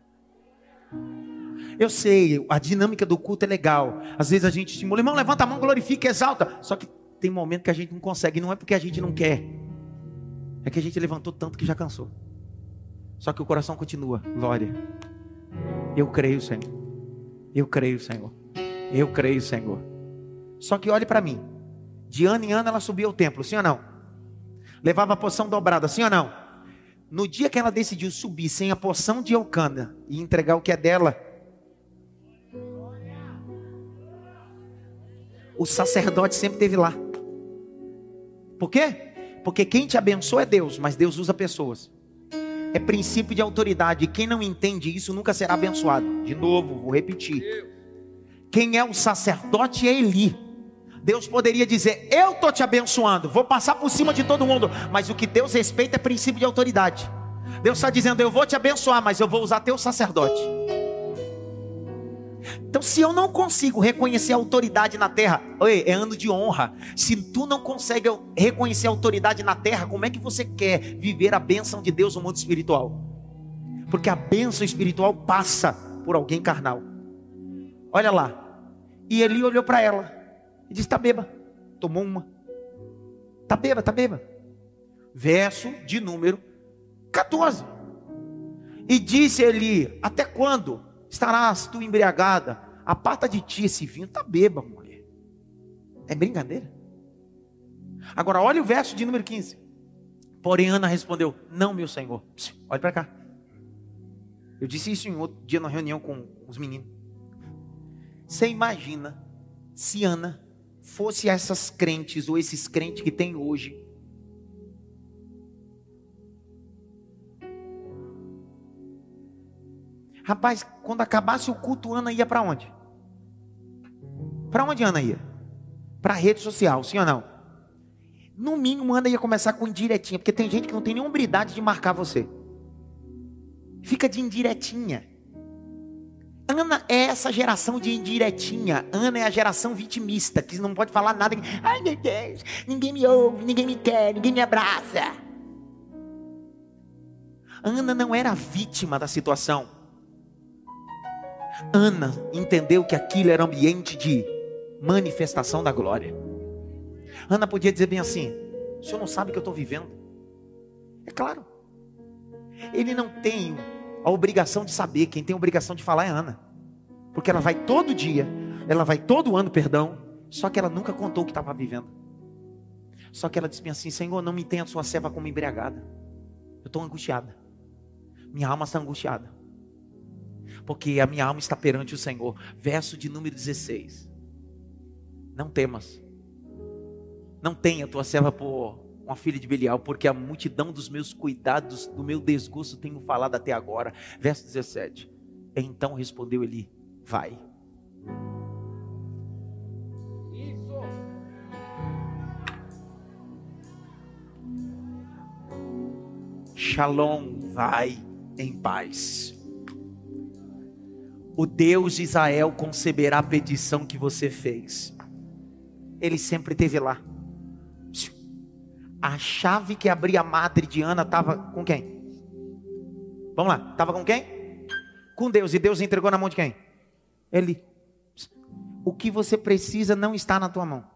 A: Eu sei, a dinâmica do culto é legal. Às vezes a gente estimula: irmão, levanta a mão, glorifica, exalta. Só que tem momento que a gente não consegue. Não é porque a gente não quer, é que a gente levantou tanto que já cansou. Só que o coração continua: glória. Eu creio, Senhor. Eu creio, Senhor. Eu creio, Senhor. Só que olhe para mim. De ano em ano ela subia ao templo, sim ou não? Levava a porção dobrada, sim ou não? No dia que ela decidiu subir sem a porção de Eucana e entregar o que é dela, o sacerdote sempre esteve lá. Por quê? Porque quem te abençoa é Deus, mas Deus usa pessoas. É princípio de autoridade. E quem não entende isso nunca será abençoado. De novo, vou repetir. Quem é o sacerdote é Eli. Deus poderia dizer: eu estou te abençoando, vou passar por cima de todo mundo. Mas o que Deus respeita é princípio de autoridade. Deus está dizendo: eu vou te abençoar, mas eu vou usar teu sacerdote. Então, se eu não consigo reconhecer a autoridade na terra, é ano de honra. Se tu não consegue reconhecer a autoridade na terra, como é que você quer viver a bênção de Deus no mundo espiritual? Porque a bênção espiritual passa por alguém carnal. Olha lá. E Eli olhou para ela e disse: tá beba. Tomou uma. Tá beba, tá beba. Verso de número 14. E disse Eli: até quando estarás tu embriagada? Aparta de ti esse vinho. Tá bêbada, mulher. É brincadeira? Agora olha o verso de número 15. Porém Ana respondeu: não, meu senhor. Olha para cá. Eu disse isso em outro dia na reunião com os meninos. Você imagina se Ana fosse essas crentes ou esses crentes que tem hoje. Rapaz, quando acabasse o culto, Ana ia para onde? Para onde Ana ia? Para a rede social, sim ou não? No mínimo, Ana ia começar com indiretinha, porque tem gente que não tem nenhuma habilidade de marcar você. Fica de indiretinha. Ana é essa geração de indiretinha. Ana é a geração vitimista, que não pode falar nada. Ai meu Deus, ninguém me ouve, ninguém me quer, ninguém me abraça. Ana não era vítima da situação. Ana entendeu que aquilo era ambiente de manifestação da glória. Ana podia dizer bem assim: o senhor não sabe o que eu estou vivendo? É claro. Ele não tem a obrigação de saber. Quem tem a obrigação de falar é Ana. Porque ela vai todo dia, ela vai todo ano, perdão. Só que ela nunca contou o que estava vivendo. Só que ela disse bem assim: Senhor, não me tenha a sua serva como embriagada. Eu estou angustiada. Minha alma está angustiada. Porque a minha alma está perante o Senhor. Verso de número 16. Não temas. Não tenha tua serva por uma filha de Belial, porque a multidão dos meus cuidados, do meu desgosto tenho falado até agora. Verso 17. Então respondeu Eli: vai. Isso. Shalom, vai em paz. O Deus de Israel conceberá a petição que você fez. Ele sempre esteve lá. A chave que abria a madre de Ana estava com quem? Vamos lá, estava com quem? Com Deus. E Deus entregou na mão de quem? Ele. O que você precisa não está na tua mão.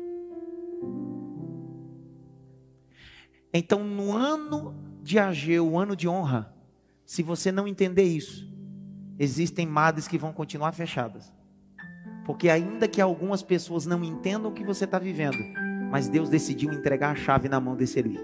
A: Então no ano de Ageu, o ano de honra, se você não entender isso, existem madres que vão continuar fechadas. Porque ainda que algumas pessoas não entendam o que você está vivendo, mas Deus decidiu entregar a chave na mão desse Eli.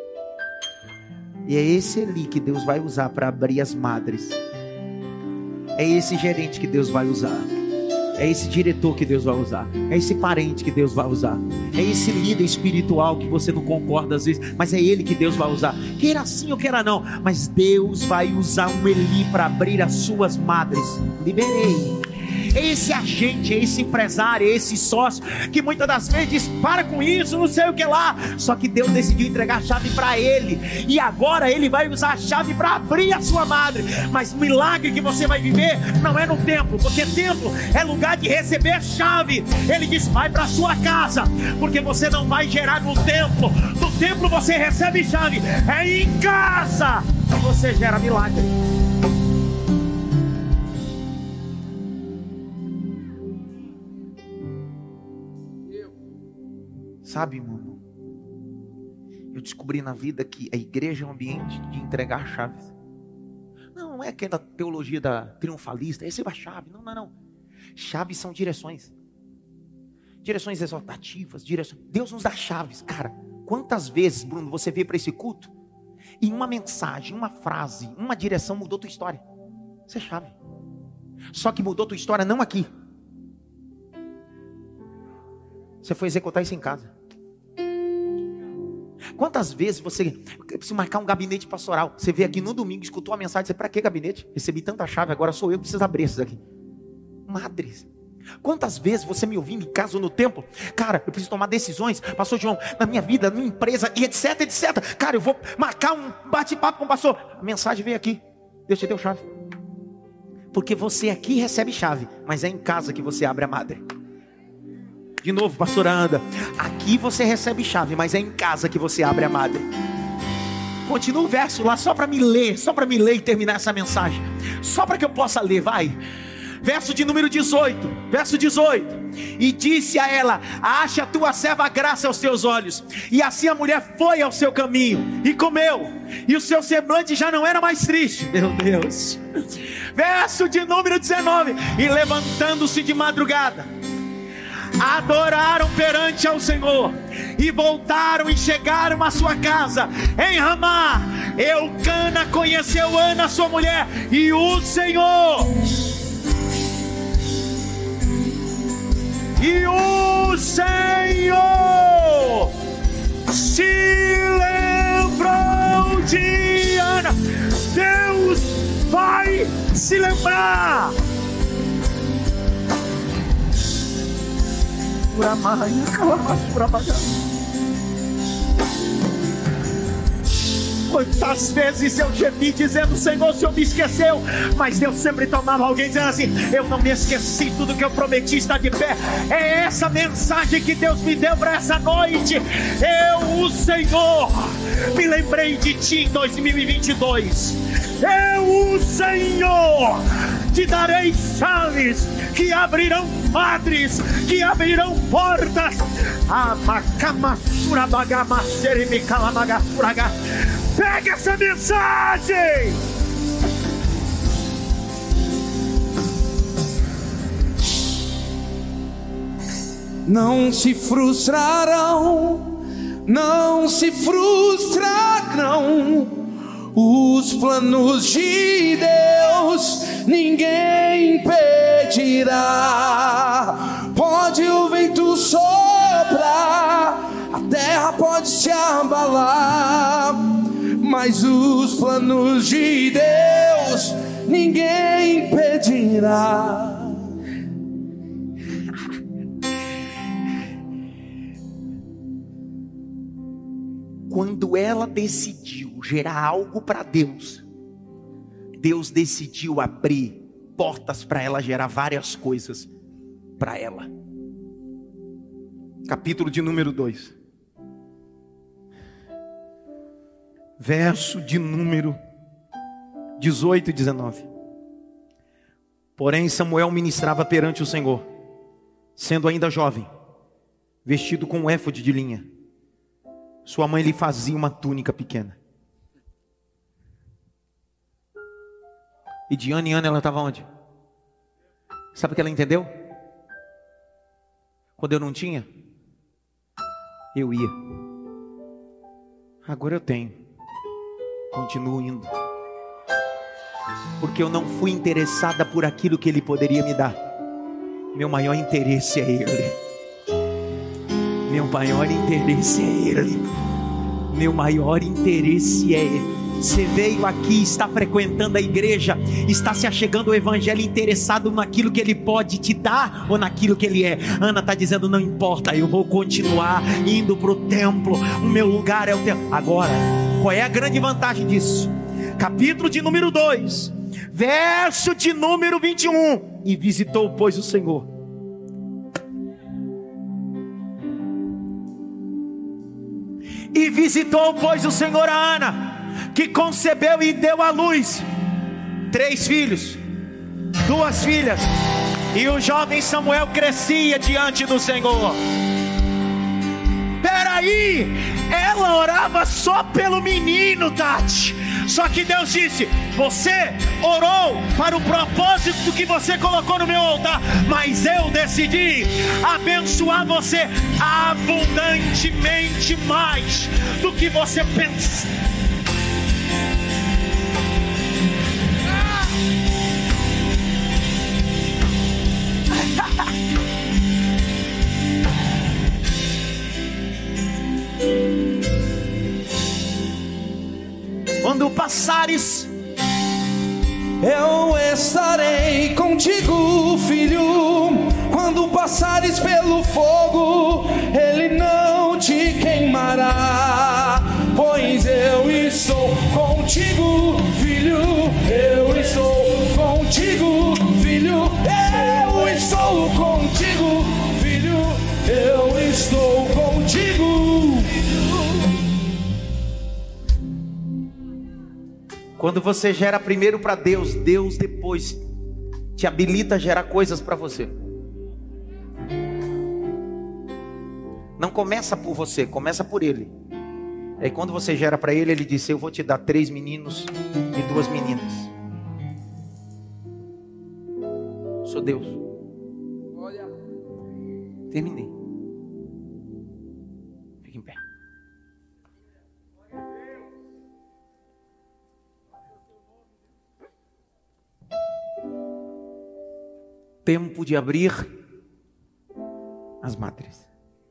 A: E é esse Eli que Deus vai usar para abrir as madres. É esse gerente que Deus vai usar. É esse diretor que Deus vai usar. É esse parente que Deus vai usar. É esse líder espiritual que você não concorda às vezes, mas é ele que Deus vai usar. Queira sim ou queira não, mas Deus vai usar um Eli para abrir as suas madres. Liberei. É esse agente, é esse empresário, é esse sócio que muitas das vezes diz: para com isso, não sei o que lá. Só que Deus decidiu entregar a chave para ele. E agora ele vai usar a chave para abrir a sua madre. Mas o milagre que você vai viver não é no templo, porque templo é lugar de receber chave. Ele diz: vai para a sua casa, porque você não vai gerar no templo. No templo você recebe chave. É em casa que você gera milagre. Sabe, mano, eu descobri na vida que a igreja é um ambiente de entregar chaves. Não é aquela teologia da triunfalista, receba a chave. Não. Chaves são direções. Direções exortativas, direções. Deus nos dá chaves. Cara, quantas vezes, Bruno, você veio para esse culto e uma mensagem, uma frase, uma direção mudou tua história? Isso é chave. Só que mudou tua história não aqui. Você foi executar isso em casa. Quantas vezes você precisa marcar um gabinete pastoral? Você veio aqui no domingo, escutou a mensagem, você: para que gabinete? Recebi tanta chave, agora sou eu que preciso abrir esses aqui. Madres. Quantas vezes você me ouvindo em casa ou no templo? Cara, eu preciso tomar decisões, pastor João, na minha vida, na minha empresa, e etc, etc. Cara, eu vou marcar um bate-papo com o pastor. A mensagem veio aqui. Deus te deu chave. Porque você aqui recebe chave, mas é em casa que você abre a madre. De novo, pastora Anda, aqui você recebe chave, mas é em casa que você abre a madre. Continua o verso lá, só para me ler e terminar essa mensagem. Só para que eu possa ler, vai. Verso de número 18. Verso 18. E disse a ela: acha a tua serva graça aos teus olhos. E assim a mulher foi ao seu caminho e comeu, e o seu semblante já não era mais triste. Meu Deus. Verso de número 19. E levantando-se de madrugada, adoraram perante ao Senhor, e voltaram e chegaram à sua casa em Ramá. Eucana conheceu Ana, sua mulher, e o Senhor se lembrou de Ana. Deus vai se lembrar. Quantas vezes eu gemi dizendo: Senhor, o Senhor me esqueceu. Mas Deus sempre tomava alguém dizendo assim: eu não me esqueci, tudo que eu prometi está de pé. É essa mensagem que Deus me deu para essa noite. Eu, o Senhor, me lembrei de ti em 2022. Eu, o Senhor, te darei chaves que abrirão madres, que abrirão portas. Pega essa mensagem.
B: Não se frustrarão, não se frustrarão os planos de Deus, ninguém impedirá. Pode o vento soprar, a terra pode se abalar, mas os planos de Deus ninguém impedirá.
A: Quando ela decidiu gerar algo para Deus, Deus decidiu abrir portas para ela gerar várias coisas para ela. Capítulo de número 2, verso de número 18 e 19. Porém Samuel ministrava perante o Senhor, sendo ainda jovem, vestido com um éfode de linha. Sua mãe lhe fazia uma túnica pequena. E de ano em ano ela estava onde? Sabe o que ela entendeu? Quando eu não tinha, eu ia. Agora eu tenho. Continuo indo. Porque eu não fui interessada por aquilo que Ele poderia me dar. Meu maior interesse é Ele. Meu maior interesse é Ele. Meu maior interesse é Ele. Você veio aqui, está frequentando a igreja, está se achegando ao evangelho, interessado naquilo que Ele pode te dar ou naquilo que Ele é. Ana está dizendo: não importa, eu vou continuar indo para o templo. O meu lugar é o templo. Agora, qual é a grande vantagem disso? Capítulo de número 2, verso de número 21. E visitou, pois, o Senhor. E visitou, pois, o Senhor a Ana, que concebeu e deu à luz 3 filhos, 2 filhas. E o jovem Samuel crescia diante do Senhor. Peraí, ela orava só pelo menino, Tati. Só que Deus disse: você orou para o propósito que você colocou no meu altar, mas eu decidi abençoar você abundantemente mais do que você pensa. Quando passares,
B: eu estarei contigo, filho. Quando passares pelo fogo, ele não te queimará. Pois eu estou contigo, filho. Eu estou contigo, filho. Eu estou contigo, filho. Eu estou contigo.
A: Quando você gera primeiro para Deus, Deus depois te habilita a gerar coisas para você. Não começa por você, começa por ele. Aí quando você gera para ele, ele disse: eu vou te dar 3 meninos e 2 meninas. Sou Deus.
B: Olha.
A: Terminei. Fique em pé. Tempo de abrir as madres.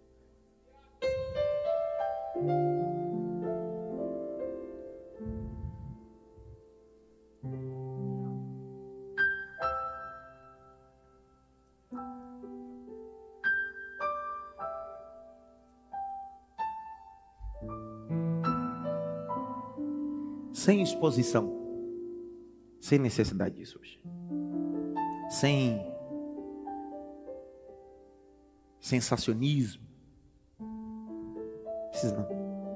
A: Sem exposição, sem necessidade disso hoje, sem sensacionismo, precisa não.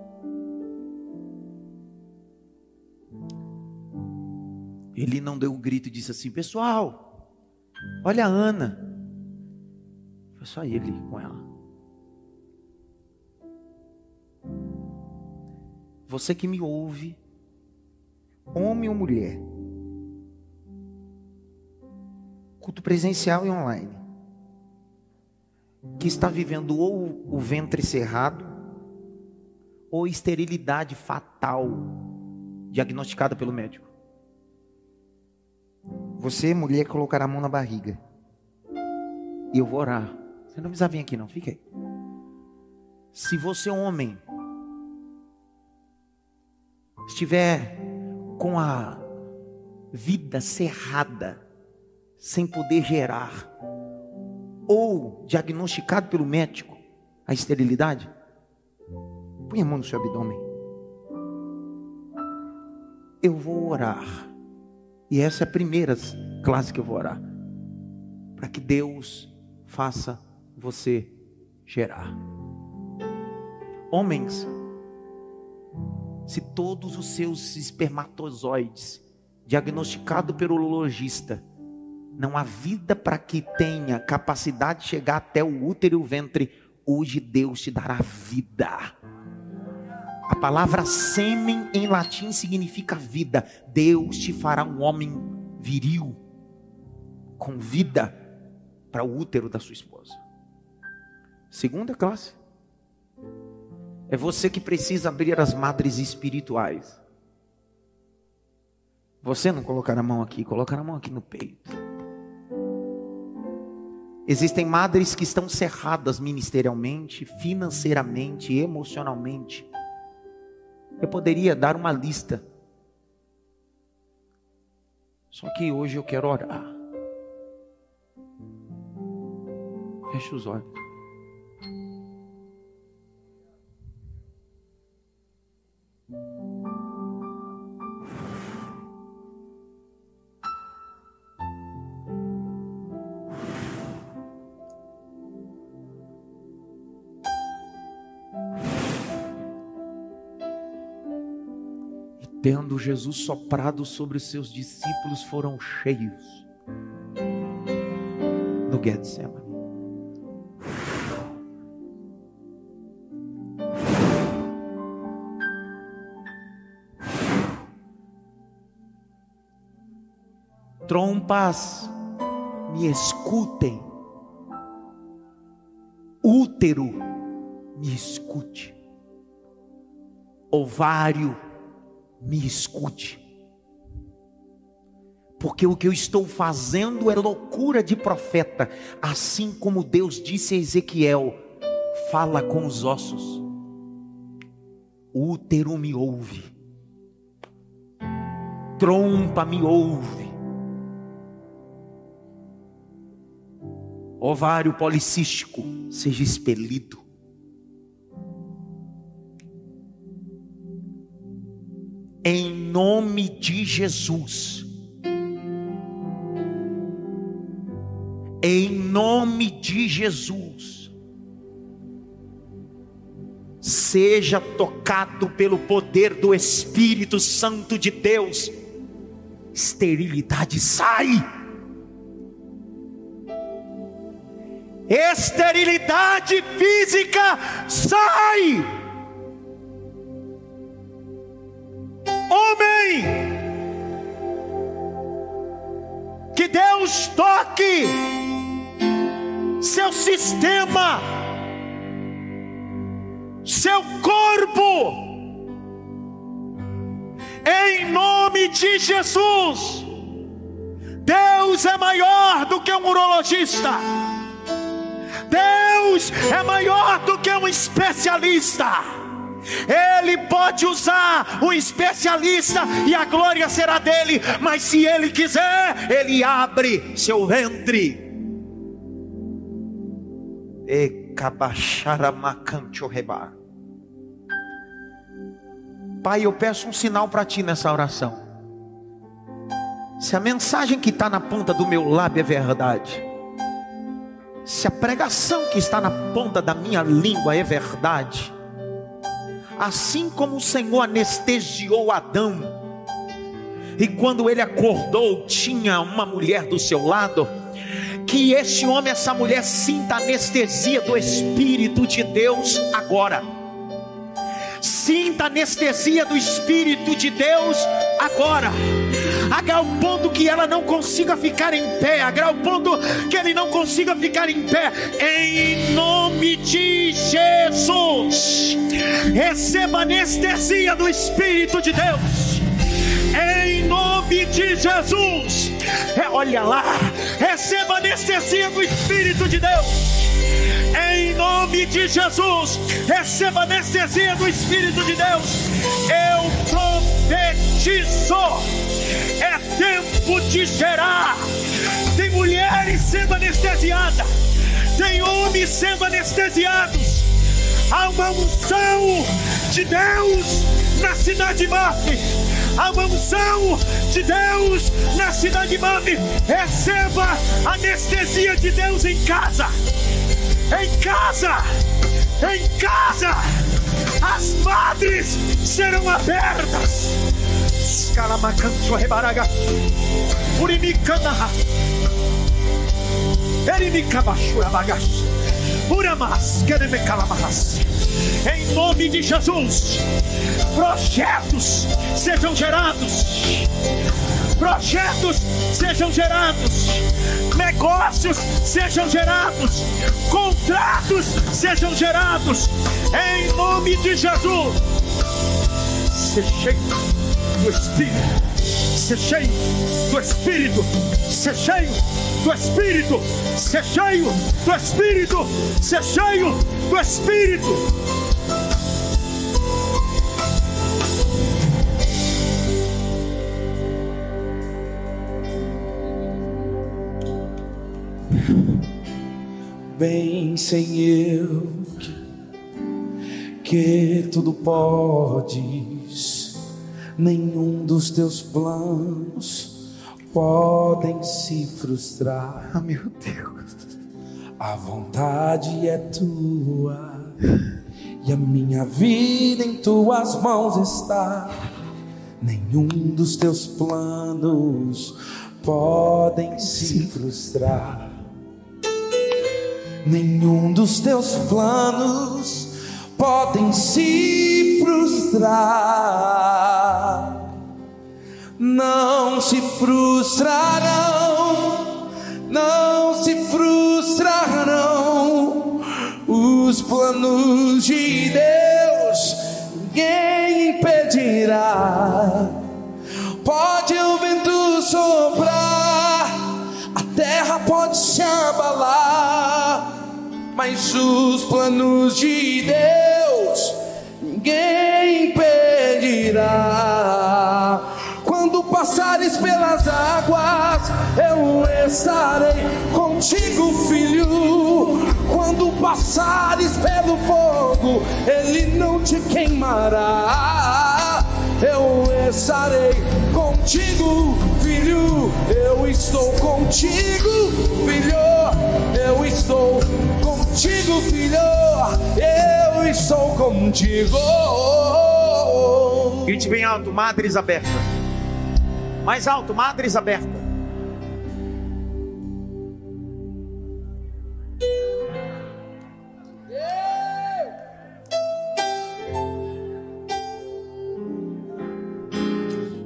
A: Ele não deu um grito e disse assim: pessoal, olha a Ana. Foi só ele com ela. Você que me ouve, homem ou mulher, culto presencial e online, que está vivendo ou o ventre cerrado, ou esterilidade fatal, diagnosticada pelo médico. Você, mulher, colocará a mão na barriga, e eu vou orar. Você não precisa vir aqui não, fica aí. Se você, homem, estiver com a vida cerrada, sem poder gerar, ou diagnosticado pelo médico a esterilidade, põe a mão no seu abdômen. Eu vou orar, e essa é a primeira classe que eu vou orar, para que Deus faça você gerar. Homens, se todos os seus espermatozoides, diagnosticado pelo urologista, não há vida para que tenha capacidade de chegar até o útero e o ventre, hoje Deus te dará vida. A palavra sêmen em latim significa vida. Deus te fará um homem viril, com vida, para o útero da sua esposa. Segunda classe, é você que precisa abrir as madres espirituais. Você não colocar a mão aqui, colocar a mão aqui no peito. Existem madres que estão cerradas ministerialmente, financeiramente, emocionalmente. Eu poderia dar uma lista, só que hoje eu quero orar. Feche os olhos. Tendo Jesus soprado sobre os seus discípulos, foram cheios no Getsemane. Trompas, me escutem. Útero, me escute. Ovário, me escute, porque o que eu estou fazendo é loucura de profeta, assim como Deus disse a Ezequiel: fala com os ossos. O útero me ouve, trompa me ouve, ovário policístico seja expelido. Em nome de Jesus. Em nome de Jesus. Seja tocado pelo poder do Espírito Santo de Deus. Esterilidade sai. esterilidade física sai. Homem, que Deus toque seu sistema, seu corpo, em nome de Jesus. Deus é maior do que um urologista. Deus é maior do que um especialista. Ele pode usar um especialista e a glória será dele. Mas se ele quiser, ele abre seu ventre. Pai, eu peço um sinal para ti nessa oração. Se a mensagem que está na ponta do meu lábio é verdade, se a pregação que está na ponta da minha língua é verdade, assim como o Senhor anestesiou Adão, e quando ele acordou tinha uma mulher do seu lado, que esse homem, essa mulher sinta a anestesia do Espírito de Deus agora. Sinta a anestesia do Espírito de Deus agora, a grau ponto que ela não consiga ficar em pé, a grau ponto que ele não consiga ficar em pé, em nome de Jesus. Receba a anestesia do Espírito de Deus, em nome de Jesus. Olha lá, receba a anestesia do Espírito de Deus, em nome de Jesus. Receba a anestesia do Espírito de Deus. Eu profetizo, é tempo de gerar. Tem mulheres sendo anestesiadas, tem homens sendo anestesiados. Há uma unção de Deus na cidade de Mafre. Há uma unção de Deus na cidade de Mafre. Receba a anestesia de Deus em casa. Em casa, em casa, as madres serão abertas. Escalamacanto rebaraga, urimicana, erimicabachura bagaço, uramas, queremecalamahas. Em nome de Jesus, projetos sejam gerados. Projetos sejam gerados, negócios sejam gerados, contratos sejam gerados, em nome de Jesus. Ser cheio do Espírito, ser cheio do Espírito, ser cheio do Espírito, ser cheio do Espírito, ser cheio do Espírito.
B: Bem sei eu que tudo podes, nenhum dos teus planos podem se frustrar.
A: Ah, meu Deus.
B: A vontade é tua e a minha vida em tuas mãos está. Nenhum dos teus planos podem se frustrar. Nenhum dos teus planos podem se frustrar. Não se frustrarão, não se frustrarão os planos de Deus. Ninguém impedirá. Pode o vento soprar, a terra pode se abalar, mas os planos de Deus ninguém impedirá. Quando passares pelas águas, eu estarei contigo, filho. Quando passares pelo fogo, ele não te queimará. Eu estarei contigo, filho. Eu estou contigo, filho. Eu estou contigo, filho. Eu estou contigo.
A: Grite bem alto, madres abertas. Mais alto, madres abertas.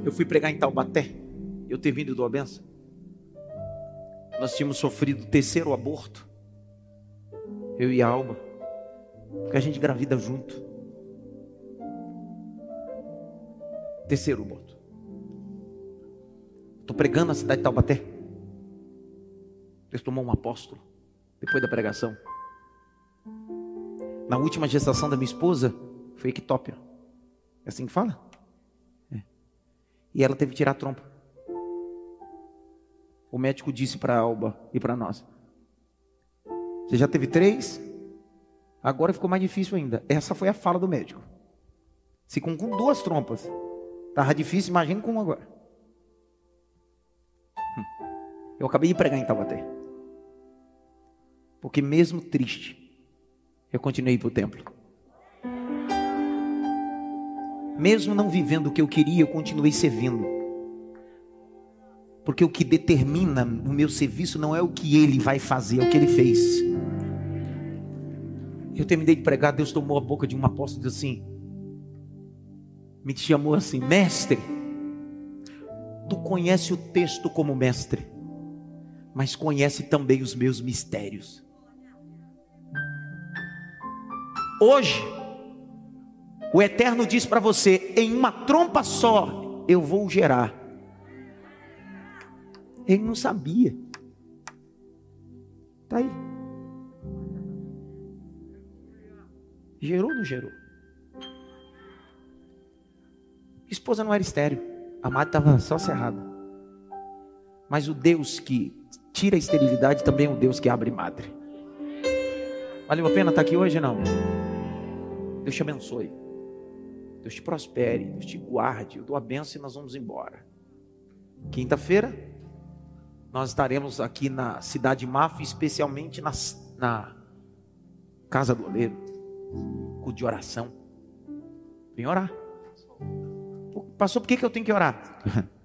A: eu fui pregar em Taubaté, eu ter vindo do Abenço, nós tínhamos sofrido o 3º aborto, eu e a Alba, porque a gente engravida junto. 3º aborto. Estou pregando na cidade de Taubaté. Deus tomou um apóstolo depois da pregação. Na última gestação da minha esposa foi ectópia. É assim que fala? É. E ela teve que tirar a trompa. O médico disse para a Alba e para nós: você já teve 3, agora ficou mais difícil ainda. Essa foi a fala do médico. Se com 2 trompas estava difícil, imagina com 1 agora. Eu acabei de pregar em Taubaté, porque mesmo triste, eu continuei para o templo. Mesmo não vivendo o que eu queria, eu continuei servindo. Porque o que determina o meu serviço não é o que ele vai fazer, é o que ele fez. Eu terminei de pregar, Deus tomou a boca de um apóstolo e disse assim, me chamou assim: mestre, tu conhece o texto como mestre, mas conhece também os meus mistérios. Hoje, o Eterno diz para você: em uma trompa só eu vou gerar. Ele não sabia. Está aí. Gerou ou não gerou? Esposa não era estéril. A madre estava só cerrada. Mas o Deus que tira a esterilidade também é o Deus que abre madre. Valeu a pena estar aqui hoje, não? Deus te abençoe. Deus te prospere. Deus te guarde. Eu dou a benção e nós vamos embora. Quinta-feira nós estaremos aqui na cidade de Mafra, especialmente na Casa do Oleiro, culto de oração. Vem orar. Pastor, por que eu tenho que orar?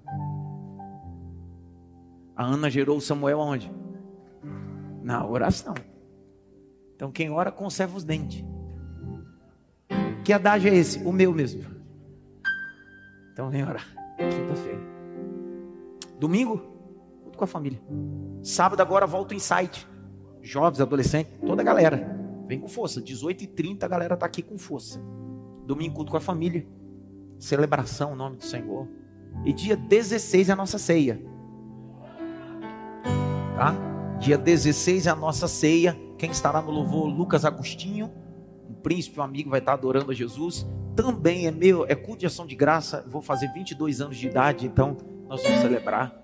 A: A Ana gerou o Samuel aonde? Na oração. Então quem ora conserva os dentes. Que adágio é esse? O meu mesmo. Então vem orar. Quinta-feira. Domingo, tudo com a família. Sábado agora volta o Insight. Jovens, adolescentes, toda a galera. Vem com força. 18h30 a galera está aqui com força. Domingo, culto com a família. Celebração, o nome do Senhor. E dia 16 é a nossa ceia. Tá? Dia 16 é a nossa ceia. Quem estará no louvor? Lucas Agostinho, um príncipe, um amigo, vai estar adorando a Jesus. Também é culto de ação de graça. Vou fazer 22 anos de idade, então nós vamos celebrar.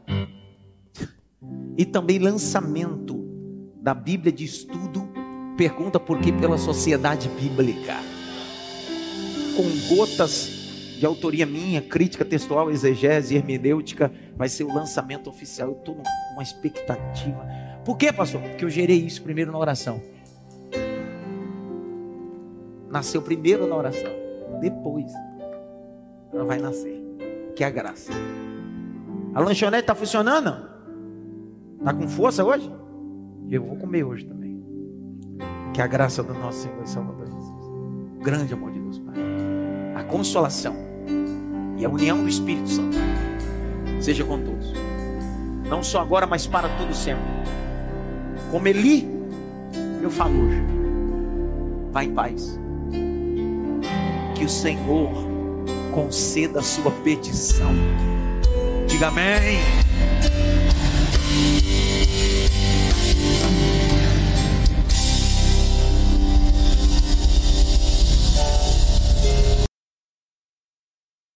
A: E também lançamento da Bíblia de estudo. Pergunta por que pela Sociedade Bíblica, com gotas de autoria minha, crítica textual, exegese, hermenêutica. Vai ser o lançamento oficial. Eu estou numa expectativa. Por quê, pastor? Porque eu gerei isso primeiro na oração. Nasceu primeiro na oração, depois ela vai nascer, que é a graça. A lanchonete está funcionando? Está com força hoje? Eu vou comer hoje também. Que é a graça do nosso Senhor e Salvador Jesus, o grande amor de Deus Pai, a consolação e a união do Espírito Santo seja com todos, não só agora, mas para todo sempre. Como Eli, eu falo hoje, vá em paz. Que o Senhor conceda a sua petição. Diga amém.